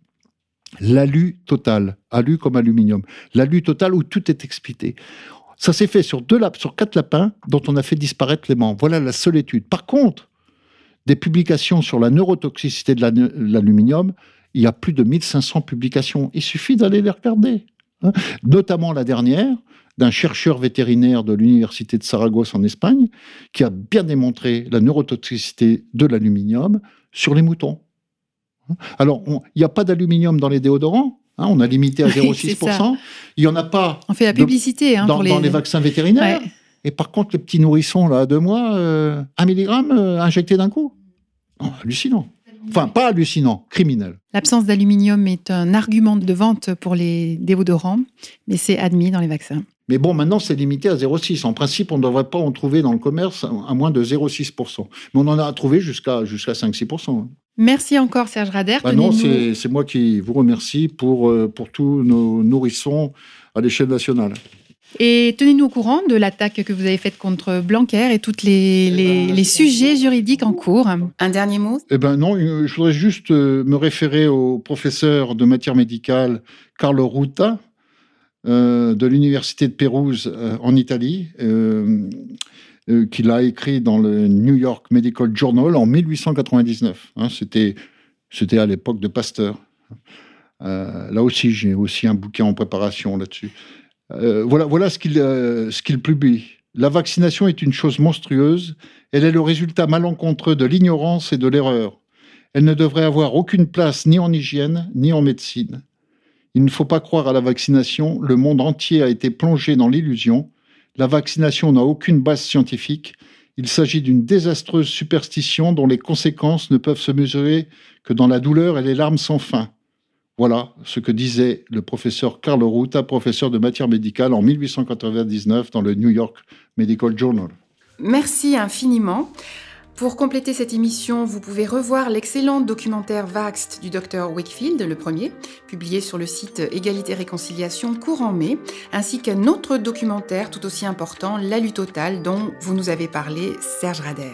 L'alu total, alu comme aluminium, l'alu total où tout est expliqué. Ça s'est fait sur 4 lapins dont on a fait disparaître les membres. Voilà la seule étude. Par contre, des publications sur la neurotoxicité de l'aluminium, il y a plus de 1500 publications. Il suffit d'aller les regarder. Hein. Notamment la dernière, d'un chercheur vétérinaire de l'université de Saragosse en Espagne, qui a bien démontré la neurotoxicité de l'aluminium sur les moutons. Alors, il n'y a pas d'aluminium dans les déodorants. Hein, on a limité à 0,6%. Il n'y en a pas. On fait la publicité dans les vaccins vétérinaires. Ouais. Et par contre, les petits nourrissons, là, à 2 mois, 1 milligramme injecté d'un coup. Oh, hallucinant. Enfin, pas hallucinant, criminel. L'absence d'aluminium est un argument de vente pour les déodorants, mais c'est admis dans les vaccins. Mais bon, maintenant, c'est limité à 0,6. En principe, on ne devrait pas en trouver dans le commerce à moins de 0,6%. Mais on en a trouvé jusqu'à 5-6%. Merci encore, Serge Rader. Non, c'est moi qui vous remercie pour tous nos nourrissons à l'échelle nationale. Et tenez-nous au courant de l'attaque que vous avez faite contre Blanquer et tous les sujets juridiques en cours. Un dernier mot ? Non, je voudrais juste me référer au professeur de matière médicale Carlo Ruta de l'université de Pérouse en Italie, qu'il a écrit dans le New York Medical Journal en 1899. C'était à l'époque de Pasteur. Là aussi, j'ai aussi un bouquin en préparation là-dessus. Voilà ce qu'il publie. La vaccination est une chose monstrueuse. Elle est le résultat malencontreux de l'ignorance et de l'erreur. Elle ne devrait avoir aucune place ni en hygiène, ni en médecine. Il ne faut pas croire à la vaccination. Le monde entier a été plongé dans l'illusion. La vaccination n'a aucune base scientifique. Il s'agit d'une désastreuse superstition dont les conséquences ne peuvent se mesurer que dans la douleur et les larmes sans fin. Voilà ce que disait le professeur Carlo Ruta, professeur de matière médicale en 1899 dans le New York Medical Journal. Merci infiniment. Pour compléter cette émission, vous pouvez revoir l'excellent documentaire Vaxxed du Dr Wakefield, le premier, publié sur le site Égalité-Réconciliation courant mai, ainsi qu'un autre documentaire tout aussi important, La lutte totale, dont vous nous avez parlé, Serge Rader.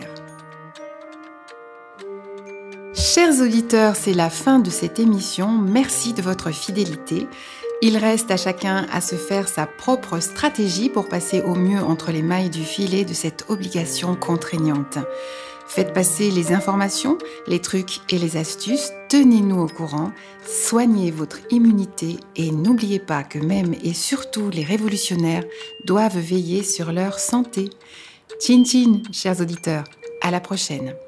Chers auditeurs, c'est la fin de cette émission. Merci de votre fidélité. Il reste à chacun à se faire sa propre stratégie pour passer au mieux entre les mailles du filet de cette obligation contraignante. Faites passer les informations, les trucs et les astuces, tenez-nous au courant, soignez votre immunité et n'oubliez pas que même et surtout les révolutionnaires doivent veiller sur leur santé. Chin chin, chers auditeurs, à la prochaine.